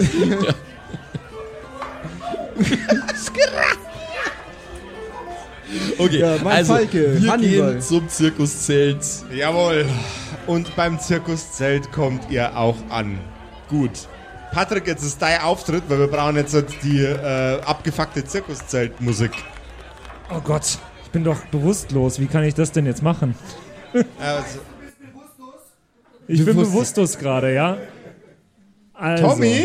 Okay, Ja, mein also Falke, wir Hannibal. gehen zum Zirkuszelt. Jawohl. Und beim Zirkuszelt kommt ihr auch an. Gut. Patrick, jetzt ist dein Auftritt, weil wir brauchen jetzt die abgefuckte Zirkuszeltmusik. Oh Gott, ich bin doch bewusstlos. Wie kann ich das denn jetzt machen? Also, Ich bin bewusstlos gerade, ja? Also, Tommy?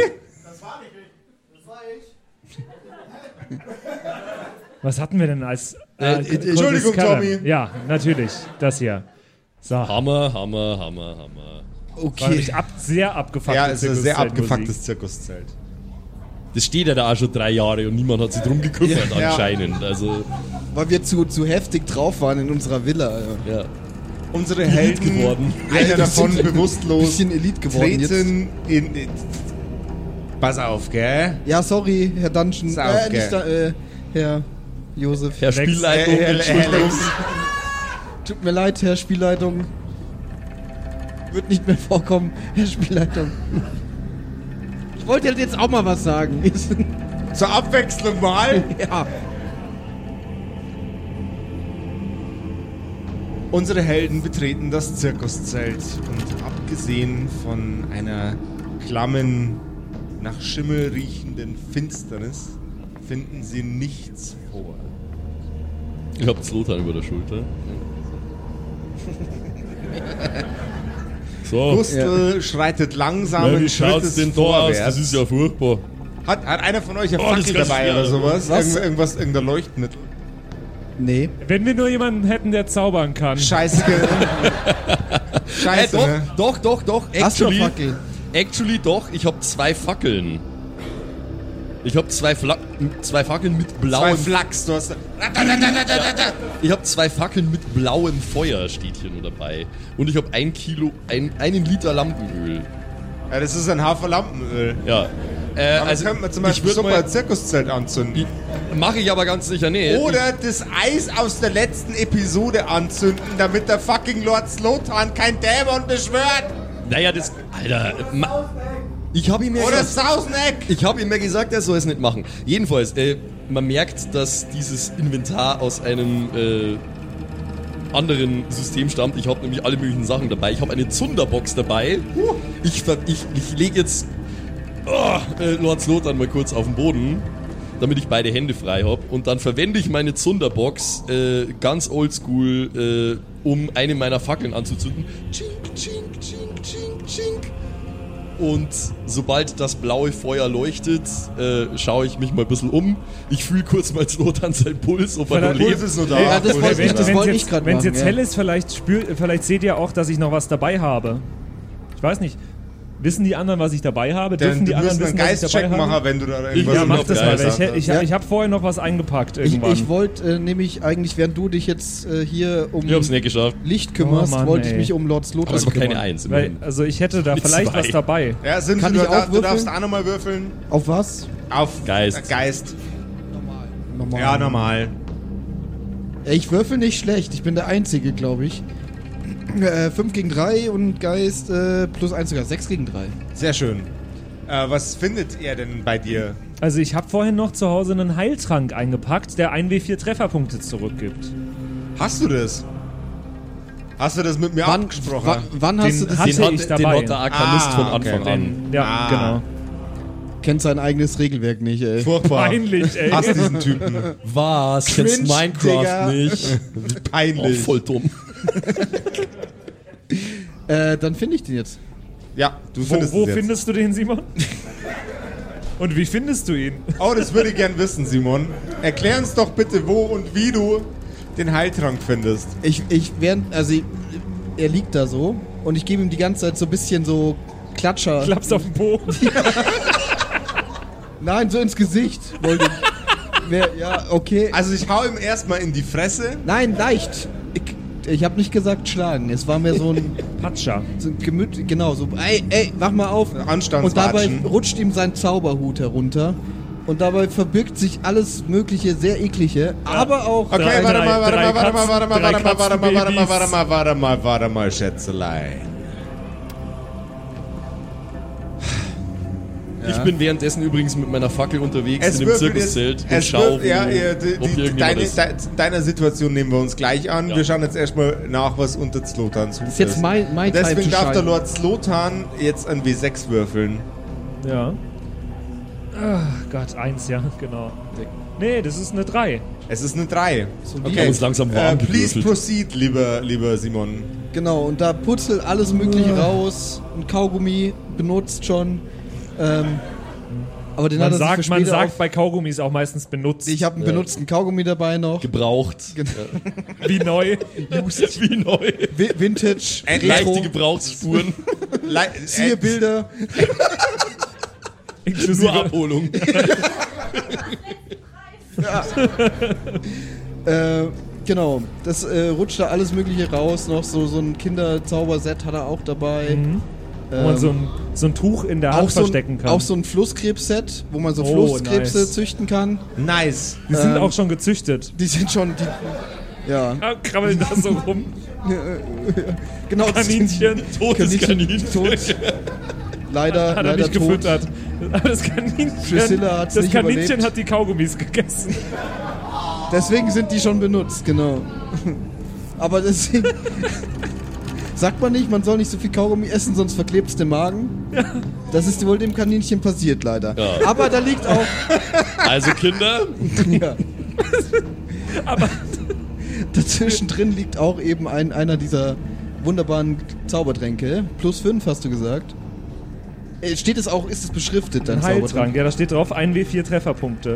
Was hatten wir denn als... Entschuldigung, kurzes Cover? Tommy. Ja, natürlich. Das hier. So. Hammer. War nämlich sehr abgefuckte Ja, es ist ein sehr Zirkuszeltmusik. abgefucktes Zirkuszelt. Das steht ja da auch schon 3 Jahre und niemand hat sich drum gekümmert Ja. anscheinend. Also, Weil wir zu heftig drauf waren in unserer Villa. Alter. ja. Unsere Elite Helden, geworden. einer wir davon sind bewusstlos, bisschen Elite geworden treten in... Pass auf, gell? Ja, sorry, Herr Dungeon. Ist auch Nicht da, Herr Josef. Herr Spielleitung, Entschuldigung. Tut mir leid, Herr Spielleitung. Wird nicht mehr vorkommen, Herr Spielleitung. Ich wollte jetzt auch mal was sagen. Zur Abwechslung mal. Ja. Unsere Helden betreten das Zirkuszelt und abgesehen von einer klammen, nach Schimmel riechenden Finsternis finden sie nichts vor. Ich hab Slotan über der Schulter. So. Gustl schreitet langsamen Ja, wie schaut's Schrittes denn da aus? vorwärts. Das ist ja furchtbar. Hat einer von euch eine Oh, das Fackel ist ganz dabei schwer. oder sowas? Was? Irgendein Leuchtmittel? Nee. Wenn wir nur jemanden hätten, der zaubern kann. Scheiße. Scheiße, ne? Doch. Hast du eine Fackel? Actually doch, ich habe 2 Fackeln. Ich habe 2 Fackeln mit Zwei blauem Flachs, du hast... Ich habe 2 Fackeln mit blauem Feuer steht hier nur dabei. Und ich habe 1 Liter Lampenöl. Ja, das ist ein Hafer Lampenöl. Ja. Aber Also könnte man zum ich Beispiel würd super mal, ein Zirkuszelt anzünden. mache ich aber ganz sicher nicht. Oder das Eis aus der letzten Episode anzünden, damit der fucking Lord Slotan kein Dämon beschwört. Naja, das. Alter. Ich habe ihm ja Oder gesagt, Sauseneck! ich habe ihm ja gesagt, er soll es nicht machen. Jedenfalls, man merkt, dass dieses Inventar aus einem anderen System stammt. Ich habe nämlich alle möglichen Sachen dabei. Ich habe eine Zunderbox dabei. Ich lege jetzt Lord Slotan mal kurz auf den Boden, damit ich beide Hände frei habe. Und dann verwende ich meine Zunderbox ganz oldschool, um eine meiner Fackeln anzuzünden. Chink, chink, chink, chink, chink. Und sobald das blaue Feuer leuchtet, schaue ich mich mal ein bisschen um. Ich fühle kurz mal Slotan seinen Puls, ob er noch lebt. Ist nur da. Ja, das wollte ich Wenn nicht gerade es machen. jetzt hell ist, vielleicht seht ihr auch, dass ich noch was dabei habe. Ich weiß nicht. Wissen die anderen, was ich dabei habe? Dann Dürfen die du anderen musst einen wissen, was ich dabei Geistcheck machen, habe? wenn du da irgendwas Ja, im mach das mal. Geist Weil hast. ich hab vorher noch was eingepackt irgendwann. Ich wollte nämlich eigentlich, während du dich jetzt hier um Ich hab's nicht geschafft. Licht kümmerst, Oh Mann, wollte ich ey. mich um Lord Slotan Aber es war kümmern. keine Eins. Weil, immerhin. also ich hätte da Mit vielleicht zwei. was dabei. Ja, Simsi, Kann du, ich auch du würfeln? darfst auch nochmal würfeln. Auf was? Auf Geist. Geist. Normal. Ja, normal. Ich würfel nicht schlecht, ich bin der Einzige, glaube ich. 5 gegen 3 und Geist plus 1 sogar 6 gegen 3. Sehr schön. Was findet er denn bei dir? Also ich habe vorhin noch zu Hause einen Heiltrank eingepackt, der 1W4 Trefferpunkte zurückgibt. Hast du das? Hast du das mit mir abgesprochen? Wann hast Den du das? hatte Den ich hat dabei. der Arkanist von Anfang okay. an. Ja, Ah. genau. Kennt sein eigenes Regelwerk nicht, ey. Furchtbar. Peinlich, ey. Hast diesen Typen. Was? Kennst Cringe, Minecraft Digga. nicht? Oh, Peinlich. voll dumm. Dann finde ich den jetzt. Ja, du Wo findest es jetzt. findest du den, Simon? Und wie findest du ihn? Oh, das würde ich gern wissen, Simon. Erklär uns doch bitte, wo und wie du den Heiltrank findest. Er liegt da so und ich gebe ihm die ganze Zeit so ein bisschen so Klatscher. Klappst auf den Po. Nein, so ins Gesicht. Wollte ich. Ja, okay. Also ich hau ihm erstmal in die Fresse. Nein, leicht. Ich habe nicht gesagt schlagen. Es war mehr so ein, Patscha. so ein Gemüt. Genau, so. Ey, wach mal auf. Und dabei Anstandswatschen. rutscht ihm sein Zauberhut herunter. Und dabei verbirgt sich alles Mögliche, sehr eklige, aber auch. Okay, Drei- warte mal, warte drei mal, warte mal, Katzen- warte mal, drei warte mal, warte mal, warte mal, Katzenbabys. warte mal, Schätzelei. Ich bin währenddessen übrigens mit meiner Fackel unterwegs in dem Zirkuszelt und schaue, deiner Situation nehmen wir uns gleich an. Ja. Wir schauen jetzt erstmal nach, was unter Slotans Hut ist jetzt mein Time Deswegen zu darf der scheinen. Lord Slotan jetzt ein W6 würfeln. Ja. Ach Gott, 1, ja, genau. Nee, das ist eine 3. Es ist eine 3. Wir haben uns langsam warm Please gewürfelt. proceed, lieber Simon. Genau, und da putzelt alles Mögliche raus. Ein Kaugummi benutzt schon. Aber den hat er sich für Man später sagt auf. bei Kaugummis auch meistens benutzt. Ich habe einen benutzten Kaugummi dabei noch. Gebraucht. Wie neu. Wie neu. Vintage. Leichte Retro. Gebrauchsspuren. Siehe Bilder. Inklusive Nur Abholung. Genau, das rutscht da alles Mögliche raus. Noch so ein Kinderzauberset hat er auch dabei. wo man so ein Tuch in der Hand verstecken kann. Auch so ein Flusskrebsset, wo man so Oh, Flusskrebse nice. züchten kann. Nice. Die sind auch schon gezüchtet. Die sind schon. Ja. Ah, krabbeln da so rum. Genau, Kaninchen. Totes Kaninchen. Tot. Leider, Hat er leider nicht tot. gefüttert. Aber das Kaninchen, Priscilla hat's das nicht Kaninchen überlebt. hat die Kaugummis gegessen. Deswegen sind die schon benutzt, genau. Aber deswegen. Sagt man nicht, man soll nicht so viel Kaugummi essen, sonst verklebt es den Magen. Das ist wohl dem Kaninchen passiert, leider. Ja. Aber da liegt auch. Also Kinder, Ja. Aber Dazwischen drin liegt auch eben einer dieser wunderbaren Zaubertränke. Plus 5 hast du gesagt. Steht es auch, ist es beschriftet, dein ein Heiltrank, Zaubertrank? ja, da steht drauf 1W4 Trefferpunkte.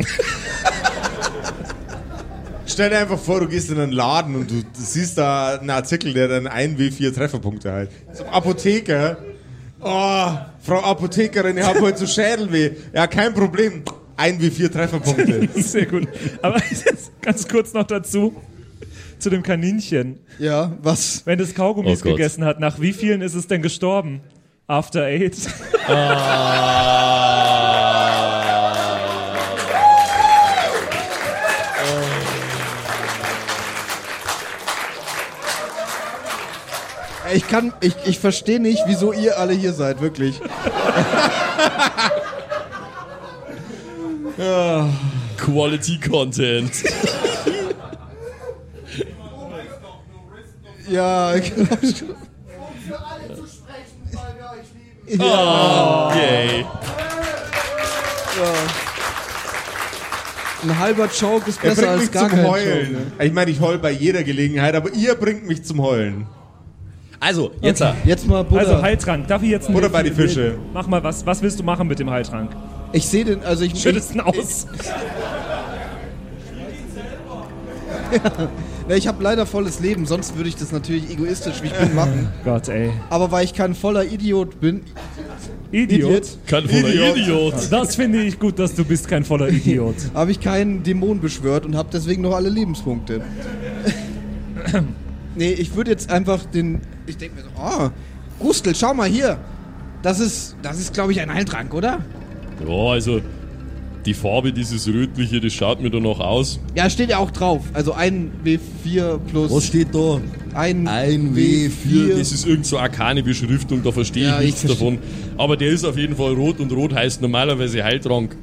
Stell dir einfach vor, du gehst in einen Laden und du siehst da einen Artikel, der dann 1W4 Trefferpunkte hat. Zum Apotheker. Oh, Frau Apothekerin, ich habe heute so Schädelweh. Ja, kein Problem. 1W4 Trefferpunkte. Sehr gut. Aber jetzt ganz kurz noch dazu, zu dem Kaninchen. Ja, was? Wenn es Kaugummis Oh Gott. gegessen hat, nach wie vielen ist es denn gestorben? After 8. Ich verstehe nicht, wieso ihr alle hier seid, wirklich. Quality Content. Ja, genau. Oh, yay. Ein halber Joke ist Er besser bringt als mich gar zum kein Heulen. Joke. Ne? Ich meine, ich heul bei jeder Gelegenheit, aber ihr bringt mich zum Heulen. Also, jetzt. Jetzt mal Buddha. Also Heiltrank, darf ich jetzt Oder bei die Fische. Mach mal was willst du machen mit dem Heiltrank? Ich sehe den, also ich Schüttest ihn aus. Ich habe leider volles Leben, sonst würde ich das natürlich egoistisch, wie ich bin, machen. Gott, ey. Aber weil ich kein voller Idiot bin, Idiot. Kein voller Idiot. Das finde ich gut, dass du bist kein voller Idiot. habe ich keinen Dämon beschwört und habe deswegen noch alle Lebenspunkte. Nee, ich würde jetzt einfach ich denke mir so, oh, Gustl, schau mal hier. Das ist glaube ich, ein Heiltrank, oder? Ja, also, die Farbe, dieses Rötliche, das schaut mir danach aus. Ja, steht ja auch drauf. Also ein W4 plus Was steht da? ein W4. Das ist irgend so arkane Beschriftung, da verstehe Ja, ich nichts ich davon. Aber der ist auf jeden Fall rot und rot heißt normalerweise Heiltrank.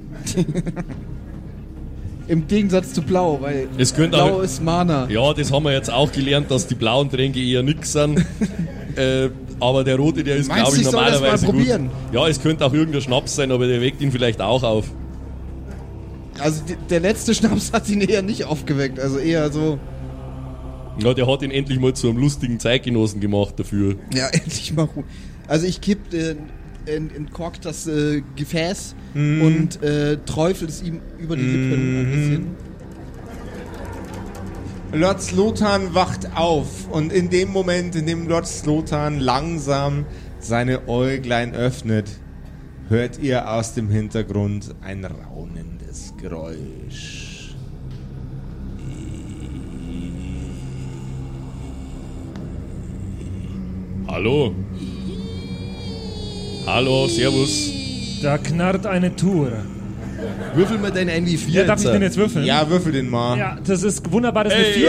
Im Gegensatz zu Blau, weil Es könnte Blau auch, ist Mana. ja, das haben wir jetzt auch gelernt, dass die blauen Tränke eher nix sind. Aber der rote, der ist, Meinst glaube du, ich, ich soll das mal normalerweise gut. probieren? Ja, es könnte auch irgendein Schnaps sein, aber der weckt ihn vielleicht auch auf. Also der letzte Schnaps hat ihn eher nicht aufgeweckt, also eher so, Ja, der hat ihn endlich mal zu einem lustigen Zeitgenossen gemacht dafür. ja, endlich mal Ruhe. Also ich kipp entkorkt das Gefäß und träufel es ihm über die Lippen ein bisschen. Lord Slotan wacht auf und in dem Moment, in dem Lord Slotan langsam seine Äuglein öffnet, hört ihr aus dem Hintergrund ein raunendes Geräusch. Hallo? Hallo, servus. Da knarrt eine Tour. Würfel mal dein NV4 Ja, darf ich den jetzt würfeln? Ja, würfel den mal. Ja, das ist wunderbar, das ist eine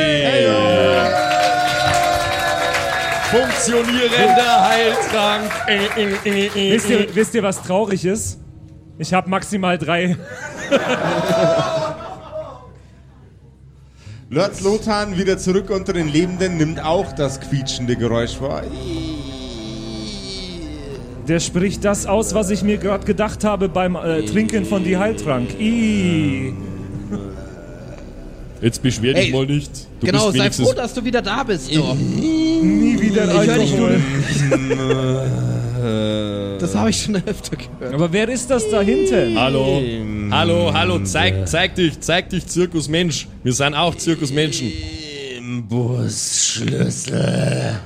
4. Funktionierender Heiltrank. Wisst ihr, was traurig ist? Ich habe maximal 3. Lord Slotan wieder zurück unter den Lebenden, nimmt auch das quietschende Geräusch wahr. Der spricht das aus, was ich mir gerade gedacht habe beim Trinken von die Heiltrank. Jetzt beschwer dich Hey, mal nicht. Du Genau, bist sei wenigstens froh, dass du wieder da bist. Doch. Nie wieder Ich höre dich Alkohol. Das habe ich schon öfter gehört. Aber wer ist das da hinten? Hallo, zeig dich, Zirkusmensch. Wir sind auch Zirkusmenschen. Busschlüssel.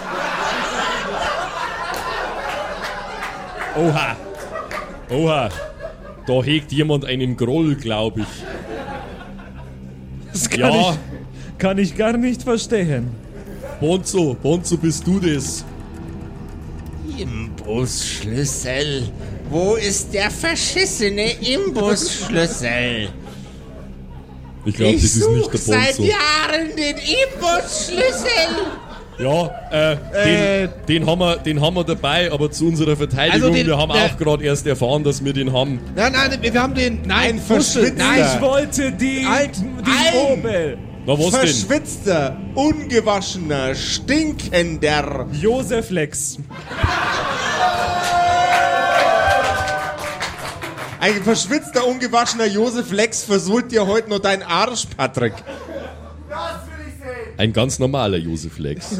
Oha, da hegt jemand einen Groll, glaube ich. Das Ja, kann ich gar nicht verstehen. Bonzo, bist du das? Imbusschlüssel. Wo ist der verschissene Imbusschlüssel? Ich glaube, das ist nicht der seit Bonzo. Jahren den Imbusschlüssel. Ja, den haben wir dabei, aber zu unserer Verteidigung, Also wir haben auch gerade erst erfahren, dass wir den haben. Nein, wir haben den. Nein, Ein verschwitzter. Nein, Ich wollte die Opel. Na was denn? Verschwitzter, ungewaschener, stinkender. Josef Lex. Ein verschwitzter, ungewaschener Josef Lex versohlt dir heute nur deinen Arsch, Patrick. Ein ganz normaler Josef Lex.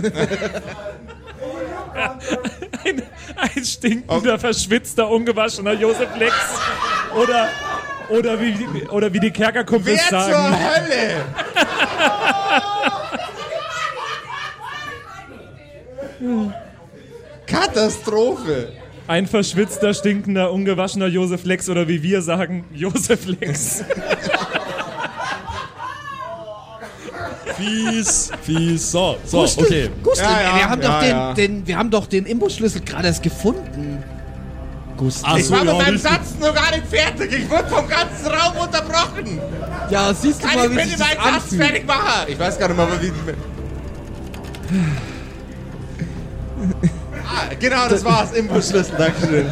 Ein stinkender, verschwitzter, ungewaschener Josef Lex. Oder wie die Kerkerkumpels Wer zur sagen. Hölle? Katastrophe. Ein verschwitzter, stinkender, ungewaschener Josef Lex oder wie wir sagen, Josef Lex. Fies. So, Gustl, okay. Gustl, Ja, wir haben doch ja. wir haben doch den Imbusschlüssel gerade erst gefunden. Gustl. Ach Ich so, war mit ja, meinem richtig. Satz noch gar nicht fertig. Ich wurde vom ganzen Raum unterbrochen. Ja, siehst du Kann mal, ich wie sich bitte das meinen Satz anfühlt. fertig machen? Ich weiß gar nicht mal, wie... Genau, das war's. Imbusschlüssel, Dankeschön.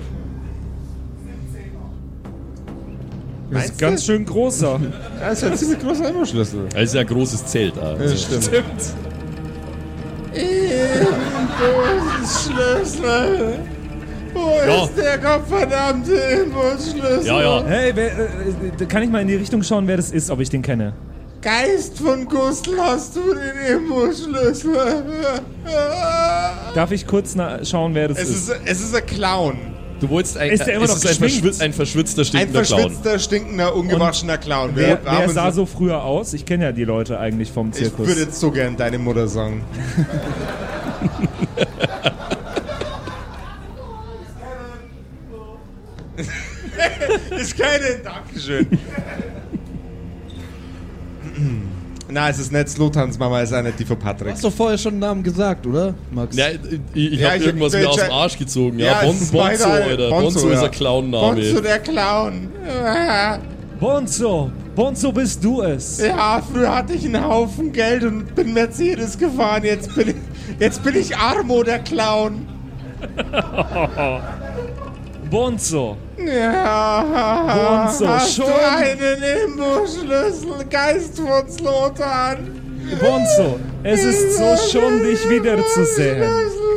Das ist ganz schön großer. Ja, das ist ein ziemlich großer Imbusschlüssel. Das ist ja ein großes Zelt. Das stimmt. Imbusschlüssel. Wo ist der gottverdammte Imbusschlüssel? Ja. Hey, kann ich mal in die Richtung schauen, wer das ist, ob ich den kenne? Geist von Gustl, hast du den Imbusschlüssel? Darf ich kurz schauen, wer das ist? Es ist ein Clown. Du wolltest Ist der immer noch geschminkt? ein verschwitzter, Ein stinkender Clown. verschwitzter, stinkender, ungewaschener Clown. Wer sah so früher aus? Ich kenne ja die Leute eigentlich vom Ich Zirkus. würde jetzt so gern deine Mutter sagen. Ich kenne, Dankeschön. Nein, es ist nicht Slotans Mama, es ist auch nicht die von Du Patrick. hast doch vorher schon einen Namen gesagt, oder, Max? Ja, ich Ja, hab ich irgendwas hab- mir aus dem Arsch gezogen. Ja, es ist Bonzo, weiter- Alter. Bonzo, Bonzo ist ja. ein Clown-Name. Bonzo, der Clown. Bonzo, bist du es? Ja, früher hatte ich einen Haufen Geld und bin Mercedes gefahren. Jetzt bin ich Armo, der Clown. Bonzo. Ja, Bonzo, hast schon. du einen Imbusschlüssel, Geist von Slotan? Bonzo, es ist so schon, dich wiederzusehen.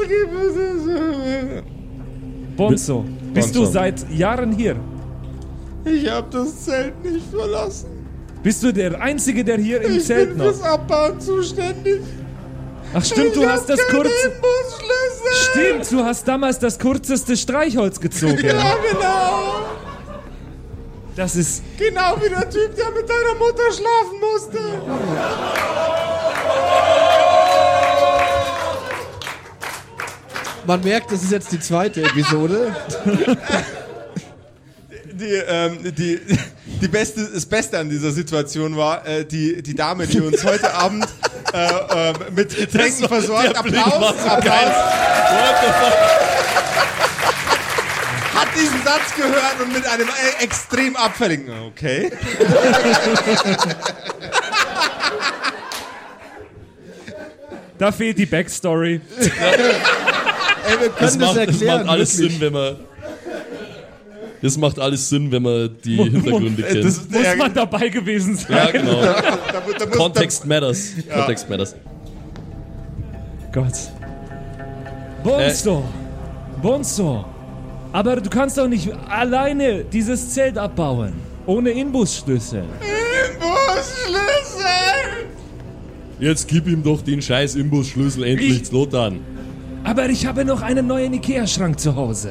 Bonzo, bist du Bonzo. seit Jahren hier? Ich hab das Zelt nicht verlassen. Bist du der Einzige, der hier im Ich Zelt bin noch? fürs Abbauen zuständig. Ach stimmt, du Ich hast hab das keinen kurze... Imbusschlüssel. Stimmt, du hast damals das kürzeste Streichholz gezogen. Ja, genau. Das ist... Genau wie der Typ, der mit deiner Mutter schlafen musste. Man merkt, das ist jetzt die zweite Episode. Das Beste an dieser Situation war, die Dame, die uns heute Abend mit Getränken versorgt, Applaus, hat diesen Satz gehört und mit einem extrem abfälligen, okay. Da fehlt die Backstory. Ey, wir können das erklären. macht alles wirklich. Sinn, wenn man... Das macht alles Sinn, wenn man die Hintergründe kennt. Das, Muss man dabei gewesen sein. Ja, genau. da muss, Kontext matters. Kontext matters. Gott. Bonzo. Aber du kannst doch nicht alleine dieses Zelt abbauen. Ohne Inbusschlüssel. Imbusschlüssel! Jetzt gib ihm doch den scheiß Imbusschlüssel endlich, Zlotan. Aber ich habe noch einen neuen Ikea-Schrank zu Hause.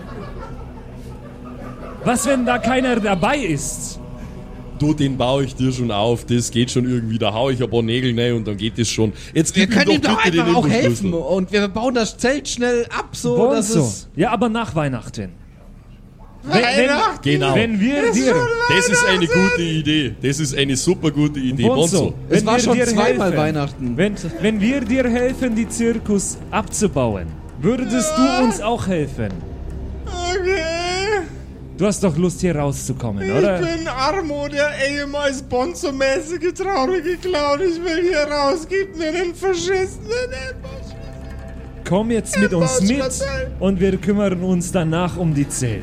Was, wenn da keiner dabei ist? Du, den baue ich dir schon auf, das geht schon irgendwie, da hau ich ein paar Nägel rein und dann geht das schon. Jetzt Wir gib können ihm ihm doch doch bitte den einfach auch Imbusschlüssel. helfen und wir bauen das Zelt schnell ab, so dass Bonzo. es... Ja, aber nach Weihnachten. Weihnachten! Genau. Wenn wir dir... Das ist eine gute Idee. Das ist eine super gute Idee. Bonzo. Es wenn war wir schon dir zweimal helfen, Weihnachten. Wenn wir dir helfen, die Zirkus abzubauen, würdest du uns auch helfen? Okay. Du hast doch Lust, hier rauszukommen, oder? Ich bin Armo, der ehemals Bonzo-mäßige traurige Clown. Ich will hier raus. Gib mir den verschissenen Imbusschlüssel. Komm jetzt mit uns mit Imbusschlüssel. und wir kümmern uns danach um die Zelt.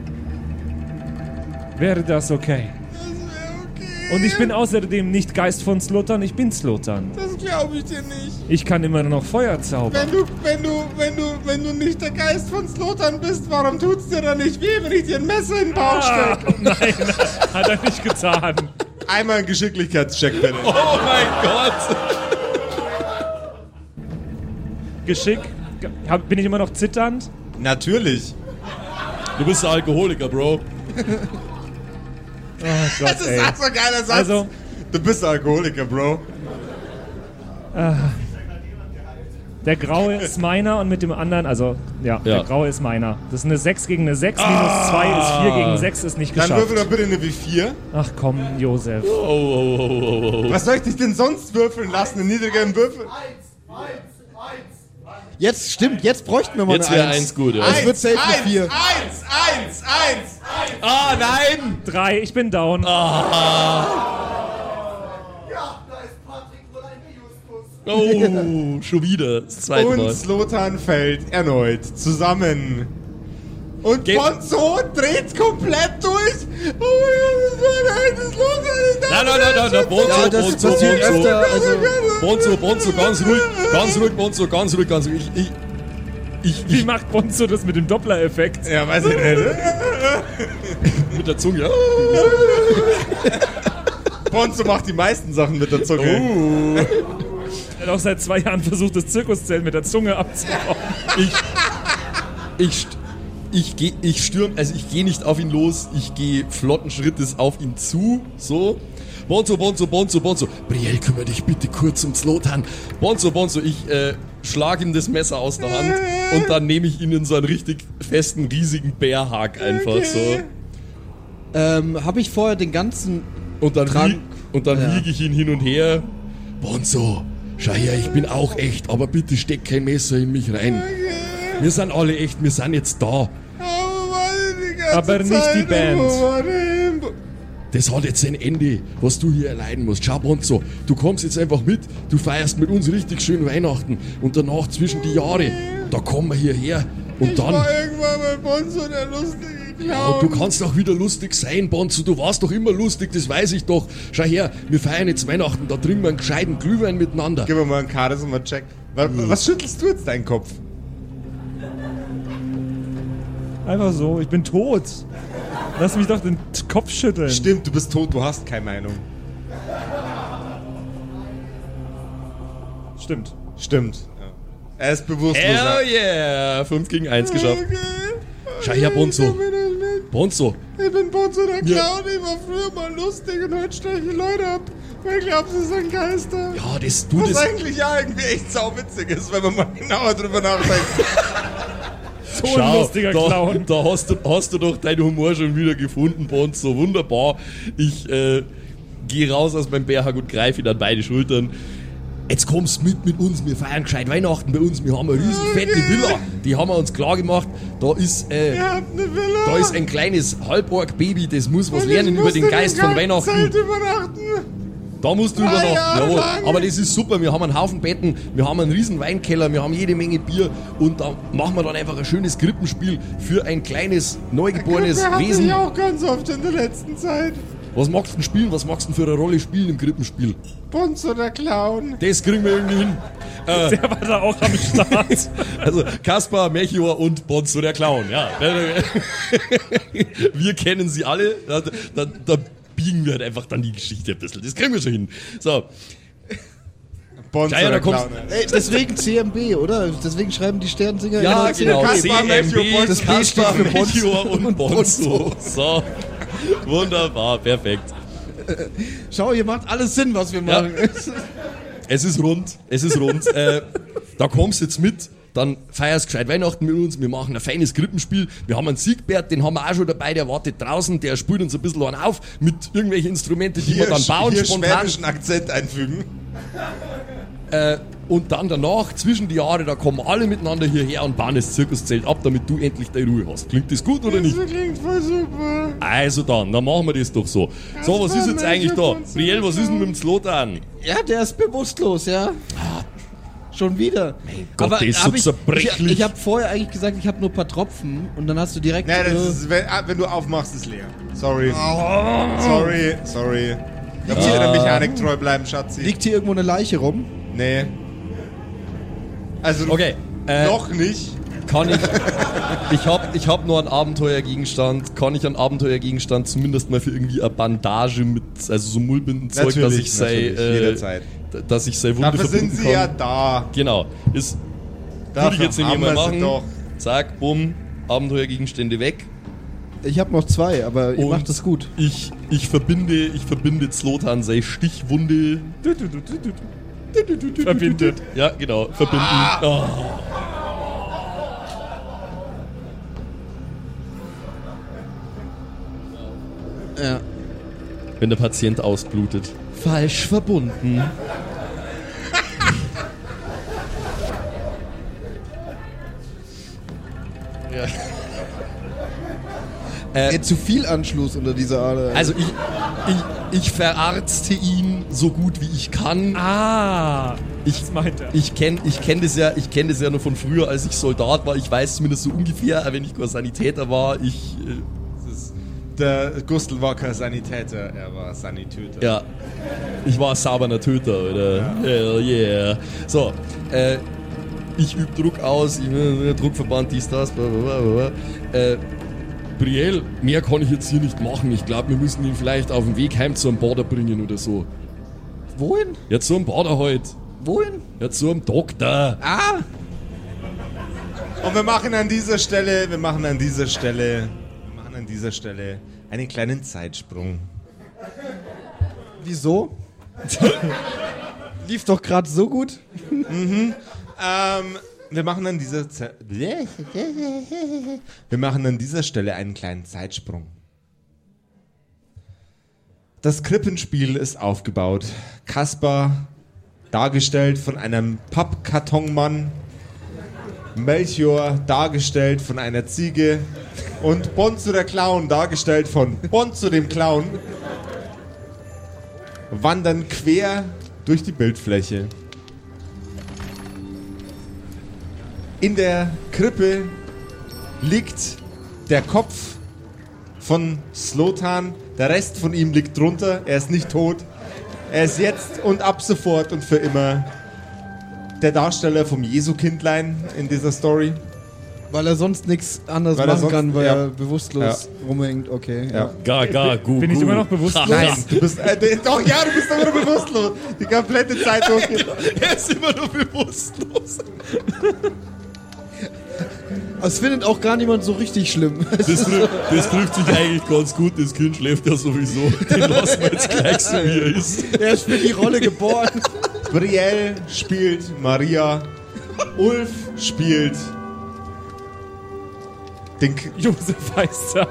Wäre das okay? Das wäre okay. Und ich bin außerdem nicht Geist von Slotan, ich bin Slotan. Das glaube ich dir nicht. Ich kann immer noch Feuer zaubern. Wenn du nicht der Geist von Slotan bist, warum tut's dir dann nicht weh, wenn ich dir ein Messer in den Bauch stecke? Nein, hat er nicht getan. Einmal ein Geschicklichkeitscheck, bitte. Oh mein Gott. Geschick. Bin ich immer noch zitternd? Natürlich. Du bist ein Alkoholiker, Bro. Oh Gott, Das ist ey. auch so ein geiler Satz. Also, Du bist Alkoholiker, Bro. der Graue ist meiner und mit dem anderen, also, ja, der Graue ist meiner. Das ist eine 6 gegen eine 6, minus 2 ist 4 gegen 6, ist nicht Dann geschafft. würfel doch bitte eine W4. Ach komm, Josef. Oh. Was soll ich dich denn sonst würfeln lassen? Einen niedrigeren Würfel? Jetzt stimmt, jetzt bräuchten wir mal Jetzt eine wäre 1. 1 gut, ja. Es wird safe eine 4. 1. Ah, nein! 3, ich bin down. Ja, da ist Patrick wohl ein Justus. Oh, schon wieder. Das zweite Mal. Und Zlotan fällt erneut zusammen. Und Bonzo dreht komplett durch. Oh mein Gott, das war Nein, Bonzo, Ja, das passiert öfter. Also, Bonzo, ganz ruhig, Bonzo, ganz ruhig. Wie macht Bonzo das mit dem Doppler-Effekt? Ja, weiß ich nicht. Mit der Zunge. Bonzo macht die meisten Sachen mit der Zunge. Er hat auch seit 2 Jahren versucht, das Zirkuszelt mit der Zunge abzubauen. Ich gehe nicht auf ihn los, ich gehe flotten Schrittes auf ihn zu, so. Bonzo. Brielle, kümmere dich bitte kurz um Zlotan. Bonzo, ich schlag ihm das Messer aus der Hand und dann nehme ich ihn in so einen richtig festen, riesigen Bärhag einfach so. habe ich vorher den ganzen Und dann Trank- wiege ich ihn hin und her. Bonzo, schau her, ich bin auch echt, aber bitte steck kein Messer in mich rein. Wir sind alle echt, wir sind jetzt da. Aber nicht die Band. Das hat jetzt ein Ende, was du hier erleiden musst. Schau, Bonzo, du kommst jetzt einfach mit, du feierst mit uns richtig schön Weihnachten und danach zwischen die Jahre, da kommen wir hierher und dann... irgendwann bei Bonzo der lustige Clown. Ja, du kannst auch wieder lustig sein, Bonzo, du warst doch immer lustig, das weiß ich doch. Schau her, wir feiern jetzt Weihnachten, da trinken wir einen gescheiten Glühwein miteinander. Gib mir mal einen Charisma-Check. Was schüttelst du jetzt deinen Kopf? Einfach so, ich bin tot. Lass mich doch den Kopf schütteln. Stimmt, du bist tot, du hast keine Meinung. Stimmt. Stimmt. Ja. Er ist bewusstlos. Hell yeah, 5 gegen 1 geschafft. Schau her, Bonzo. Bonzo, Ich bin Bonzo der Ja. Clown, ich war früher mal lustig und heute steche ich Leute ab. Weil ich glaube, sie sind Geister. ja, das Was eigentlich ja irgendwie echt sauwitzig ist, wenn man mal genauer drüber nachdenkt. So ein lustiger Clown. Da hast du doch deinen Humor schon wieder gefunden, Bonzo. Wunderbar. Ich gehe raus aus meinem Bärhag und greife ihn an beide Schultern. Jetzt kommst mit uns, wir feiern gescheit Weihnachten bei uns, wir haben eine riesen fette Villa, die haben wir uns klar gemacht, da ist Ihr habt eine Villa. da ist ein kleines Halborg-Baby, das muss was Und lernen ich über muss den in Geist dem von kalten Weihnachten. Zelt übernachten. Da musst du 3 übernachten, Jahre jawohl. lang. Aber das ist super, wir haben einen Haufen Betten, wir haben einen riesen Weinkeller, wir haben jede Menge Bier und da machen wir dann einfach ein schönes Krippenspiel für ein kleines, neugeborenes Krippe hatte Wesen. ich auch ganz oft in der letzten Zeit. Was magst du denn spielen? Was magst du denn für eine Rolle spielen im Krippenspiel? Bonzo der Clown. Das kriegen wir irgendwie hin. Der war da auch am Start. Also Kaspar, Melchior und Bonzo der Clown, ja. Wir kennen sie alle. Da biegen wir halt einfach dann die Geschichte ein bisschen. Das kriegen wir schon hin. So, Bonzo ja, da der kommst Clown. Ey, deswegen CMB, oder? Deswegen schreiben die Sternsinger ja, immer genau. Kaspar, Melchior, CMB, Bonzo. Das B steht Kaspar, für Bonzo. Melchior und Bonzo. So, wunderbar, perfekt. Schau, hier macht alles Sinn, was wir Ja. machen. Es ist rund. Da kommst du jetzt mit, dann feierst gescheit Weihnachten mit uns, wir machen ein feines Krippenspiel, wir haben einen Siegbert, den haben wir auch schon dabei, der wartet draußen, der spielt uns ein bisschen einen auf mit irgendwelchen Instrumenten, die wir dann bauen, hier spontan. schwäbischen Akzent einfügen. Und dann danach, zwischen die Jahre, da kommen alle miteinander hierher und bauen das Zirkuszelt ab, damit du endlich deine Ruhe hast. Klingt das gut oder nicht? Das klingt voll super. Also dann machen wir das doch so. So, was ist jetzt eigentlich da? Brielle, was ist denn mit dem Zlotan? Ja, der ist bewusstlos, ja. Schon wieder. Gott, der ist so hab zerbrechlich. ich habe vorher eigentlich gesagt, ich habe nur ein paar Tropfen und dann hast du direkt... Nein, das ist, wenn du aufmachst, ist leer. Sorry. Sorry. Da muss ich der Mechanik treu bleiben, Schatzi. liegt hier irgendwo eine Leiche rum? Nee. Also, Okay, noch nicht. kann ich hab nur einen Abenteuergegenstand, kann ich einen Abenteuergegenstand zumindest mal für irgendwie eine Bandage mit, also so Mullbindenzeug, dass ich jederzeit. dass ich sei Wunde Dafür sind verbinden sie kann. ja da. Genau, ist würde Dafür ich jetzt nämlich haben mal wir sie machen. doch. Zack, bumm, Abenteuergegenstände weg. Ich habe noch 2, aber ihr Und macht das gut. Ich verbinde Zlotan sei Stichwunde. Verbindet. Ja, genau, verbinden. Oh. Ja. Wenn der Patient ausblutet. Falsch verbunden. Zu viel Anschluss unter dieser Ader. Also ich verarzte ihn so gut wie ich kann. Das meint er. Ich kenn das ja nur von früher, als ich Soldat war. Ich weiß zumindest so ungefähr, wenn ich kein Sanitäter war, Der Gustl war kein Sanitäter, er war Sanitöter. Ja, ich war ein sauberner Töter, oder? Hell yeah. So, ich übe Druck aus, Druckverband, dies, das, blablabla. Brielle, mehr kann ich jetzt hier nicht machen. Ich glaube, wir müssen ihn vielleicht auf den Weg heim zu einem Bader bringen oder so. Wohin? Ja, zu einem Bader halt. Wohin? Ja, zu einem Doktor. Und wir machen an dieser Stelle einen kleinen Zeitsprung. Wieso? Lief doch gerade so gut. Wir machen an dieser Stelle einen kleinen Zeitsprung. Das Krippenspiel ist aufgebaut. Kaspar, dargestellt von einem Pappkartonmann. Melchior, dargestellt von einer Ziege. Und Bonzo der Clown, dargestellt von Bonzo dem Clown, wandern quer durch die Bildfläche. In der Krippe liegt der Kopf von Slotan. Der Rest von ihm liegt drunter. Er ist nicht tot. Er ist jetzt und ab sofort und für immer der Darsteller vom Jesu-Kindlein in dieser Story. Weil er sonst nichts anderes machen kann, weil er bewusstlos rumhängt. Okay. Ja. Gaga, gu, Bin ich immer noch bewusstlos? Nein, du bist doch, ja, du bist immer noch bewusstlos. Die komplette Zeit durch. Er ist immer noch bewusstlos. Das findet auch gar niemand so richtig schlimm. Das trifft sich eigentlich ganz gut. Das Kind schläft ja sowieso. Den lassen wir jetzt gleich so, wie er ist. Er ist für die Rolle geboren. Brielle spielt Maria. Ulf spielt den Josef Heister.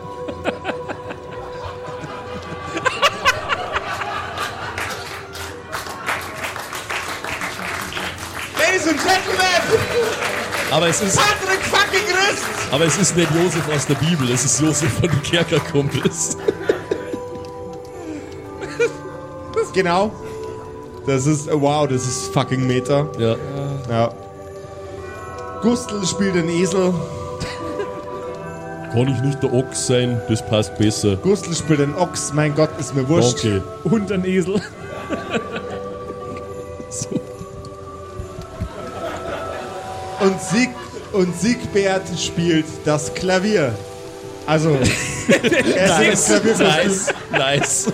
Ladies and Gentlemen, Aber es ist, Patrick fucking Christ! aber es ist nicht Josef aus der Bibel. Es ist Josef von den Kerkerkumpels. Genau. Das ist, wow, das ist fucking Meta. Ja. Ja. Gustl spielt den Esel. Kann ich nicht der Ochs sein? Das passt besser. Gustl spielt den Ochs. Mein Gott, ist mir wurscht. Okay. Und ein Esel. Und Siegbert spielt das Klavier. Also, er singt das Klavier. Nice.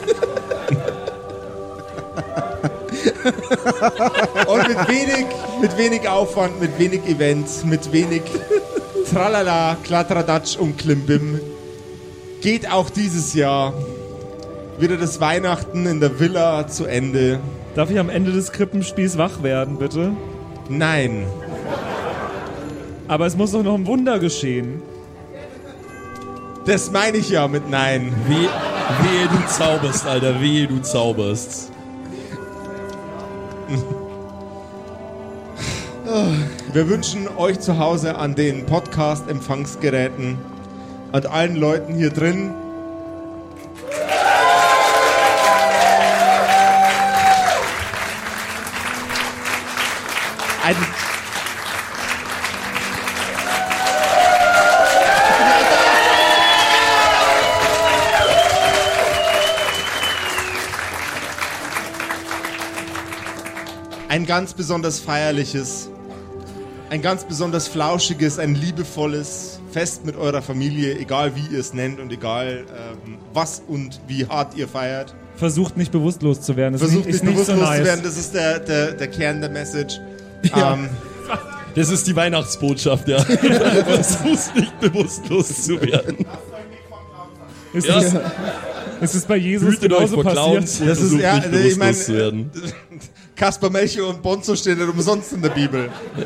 Und mit wenig Aufwand, mit wenig Event, mit wenig Tralala, Kladradatsch und Klimbim geht auch dieses Jahr wieder das Weihnachten in der Villa zu Ende. Darf ich am Ende des Krippenspiels wach werden, bitte? Nein. Aber es muss doch noch ein Wunder geschehen. Das meine ich ja mit Nein. Wehe du zauberst, Alter. Wehe du zauberst. Wir wünschen euch zu Hause an den Podcast-Empfangsgeräten und allen Leuten hier drin ein ganz besonders feierliches, ein ganz besonders flauschiges, ein liebevolles Fest mit eurer Familie, egal wie ihr es nennt und egal was und wie hart ihr feiert. Versucht nicht bewusstlos zu werden. Das Versucht ist nicht bewusstlos so nice. zu werden, das ist der Kern der Message. Ja. Das ist die Weihnachtsbotschaft, ja. Versuchst nicht bewusstlos zu werden. Ist es bei Jesus Hütet euch genauso vor Clowns passiert? und Das ist, versucht ja, nicht ich meine, bewusstlos zu werden. Kaspar, Melchior und Bonzo stehen nicht umsonst in der Bibel.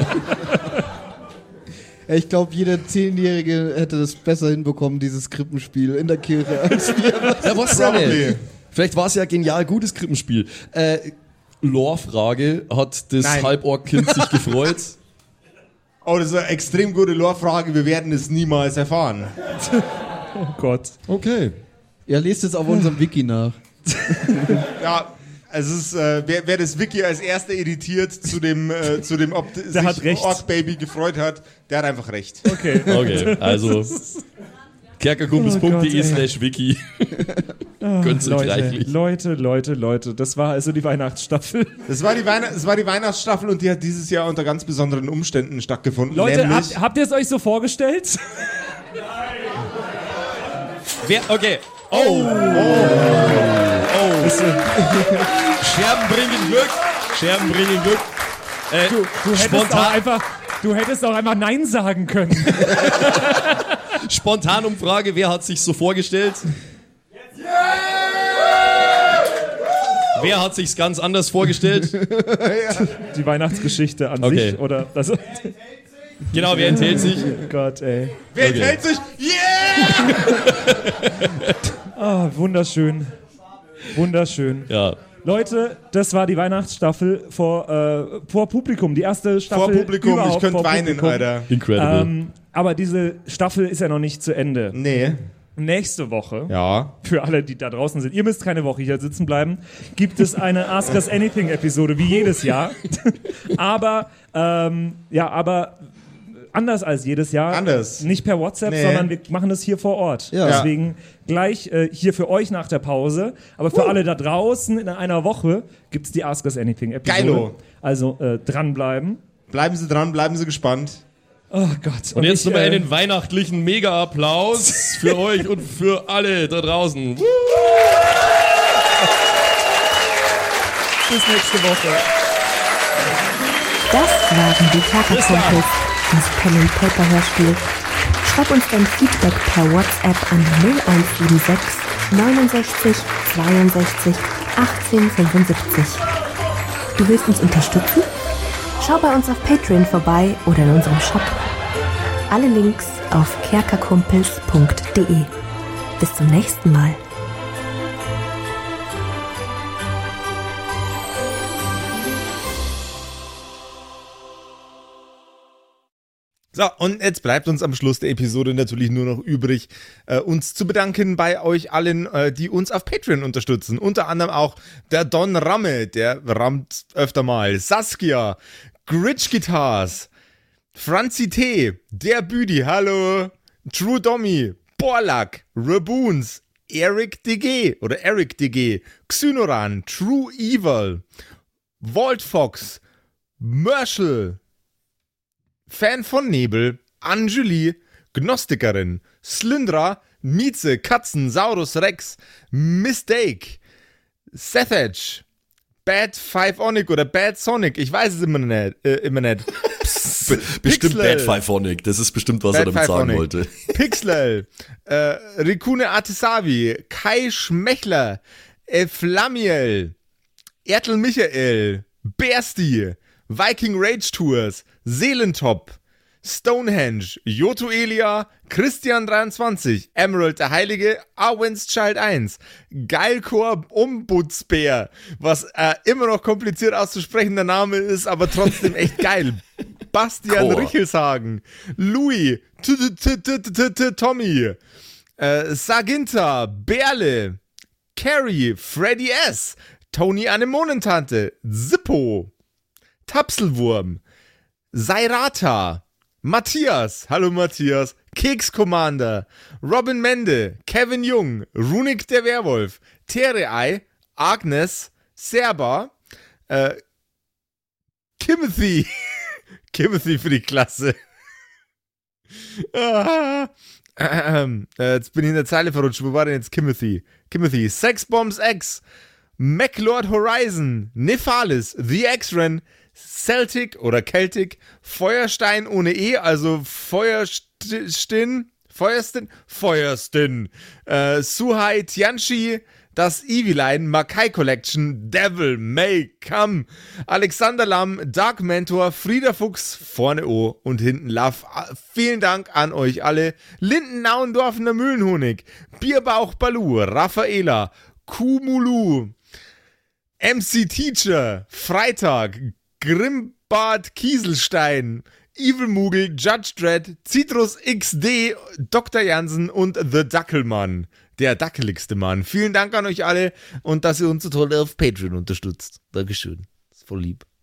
Ich glaube, jeder 10-Jährige hätte das besser hinbekommen, dieses Krippenspiel in der Kirche, als wir. Ja, was ja nicht. Vielleicht war es ja ein genial gutes Krippenspiel. Lore-Frage, hat das Nein. Halborg-Kind sich gefreut? Oh, das ist eine extrem gute Lore-Frage. Wir werden es niemals erfahren. Oh Gott. Okay. Ja, lest es auf unserem Wiki nach. Ja, es ist, wer das Wiki als erster editiert zu dem ob Der hat recht. Orc Baby gefreut hat, der hat einfach recht. Okay. Okay, also kerkerkumpels.de/wiki. Gönnt euch reichlich. Leute, das war also die Weihnachtsstaffel. Das war die Weihnachtsstaffel und die hat dieses Jahr unter ganz besonderen Umständen stattgefunden. Leute, nämlich habt ihr es euch so vorgestellt? Okay. Scherben bringen Glück. Du hättest auch einfach Nein sagen können. Spontanumfrage, wer hat sich so vorgestellt? Wer hat sich's ganz anders vorgestellt? Die Weihnachtsgeschichte an Okay. sich, oder? Also, Genau, wer enthält sich? Gott, ey. wer enthält sich? Yeah! Ah, wunderschön. Ja. Leute, das war die Weihnachtsstaffel vor Publikum. Die erste Staffel Vor Publikum, ich überhaupt könnte vor weinen, Publikum. Alter. Incredible. Aber diese Staffel ist ja noch nicht zu Ende. Nee. Nächste Woche, Ja. für alle, die da draußen sind, ihr müsst keine Woche hier sitzen bleiben, gibt es eine Ask Us Anything Episode, wie jedes Jahr. aber anders als jedes Jahr. Anders. Nicht per WhatsApp, Nee. sondern wir machen das hier vor Ort. Ja. Deswegen gleich hier für euch nach der Pause. Aber für alle da draußen in einer Woche gibt es die Ask Us Anything Episode. Geilo. Also dranbleiben. Bleiben Sie dran, bleiben Sie gespannt. Oh Gott. Und jetzt ich, nochmal einen weihnachtlichen Mega-Applaus für euch und für alle da draußen. Bis nächste Woche. Das waren die Kerkerkumpels, das Pen and Paper Hörspiel. Schreib uns dein Feedback per WhatsApp an 0176 69 62 18 75. Du willst uns unterstützen? Schau bei uns auf Patreon vorbei oder in unserem Shop. Alle Links auf kerkerkumpels.de. Bis zum nächsten Mal. So, und jetzt bleibt uns am Schluss der Episode natürlich nur noch übrig, uns zu bedanken bei euch allen, die uns auf Patreon unterstützen. Unter anderem auch der Don Ramme, der rammt öfter mal, Saskia, Gritch Guitars, Franzi T., der Büdi, hallo, True Dommy, Borlak, Raboons, Eric DG, Xynoran, True Evil, Walt Fox, Merschel, Fan von Nebel, Anjuli, Gnostikerin, Slyndra, Mieze, Katzen, Saurus Rex, Mistake, Sethage, Bad Five Onic oder Bad Sonic, ich weiß es immer nicht. Bestimmt Pixel. Bad Five-Onic, das ist bestimmt, was er Bad damit sagen Five-Onic. wollte. Pixlel, Rikune Artesavi, Kai Schmechler, Flamiel, Ertel Michael, Bersti, Viking Rage Tours, Seelentop, Stonehenge, Joto Elia, Christian23, Emerald der Heilige, Arwen's Child 1, Geilkor Ombudsbär, was immer noch kompliziert auszusprechender Name ist, aber trotzdem echt geil. Bastian Chor. Richelshagen, Louis, Tommy, Saginta, Berle, Carrie, Freddy S., Tony Anemonentante, Zippo, Tapselwurm, Sairata, Matthias, hallo Matthias, Keks Commander, Robin Mende, Kevin Jung, Runik der Werwolf, Terei, Agnes, Serba, Timothy, Timothy für die Klasse. Jetzt bin ich in der Zeile verrutscht, wo war denn jetzt Timothy? Timothy, Sexbombs X, MacLord Horizon, Nephalis, The X-Ren, Celtic oder Celtic, Feuerstein ohne E, also Feuerstin, Suhai Tianchi, das Eviline, Makai Collection, Devil May Come, Alexander Lamm, Dark Mentor, Frieda Fuchs, vorne O und hinten Love. Vielen Dank an euch alle. Lindenauendorfener Mühlenhonig, Bierbauch Balu, Raffaela, Kumulu, MC Teacher, Freitag, Grimbart Kieselstein, Evil Moogle, Judge Dredd, Citrus XD, Dr. Jansen und The Dackelmann. Der dackeligste Mann. Vielen Dank an euch alle und dass ihr uns so toll auf Patreon unterstützt. Dankeschön. Ist voll lieb.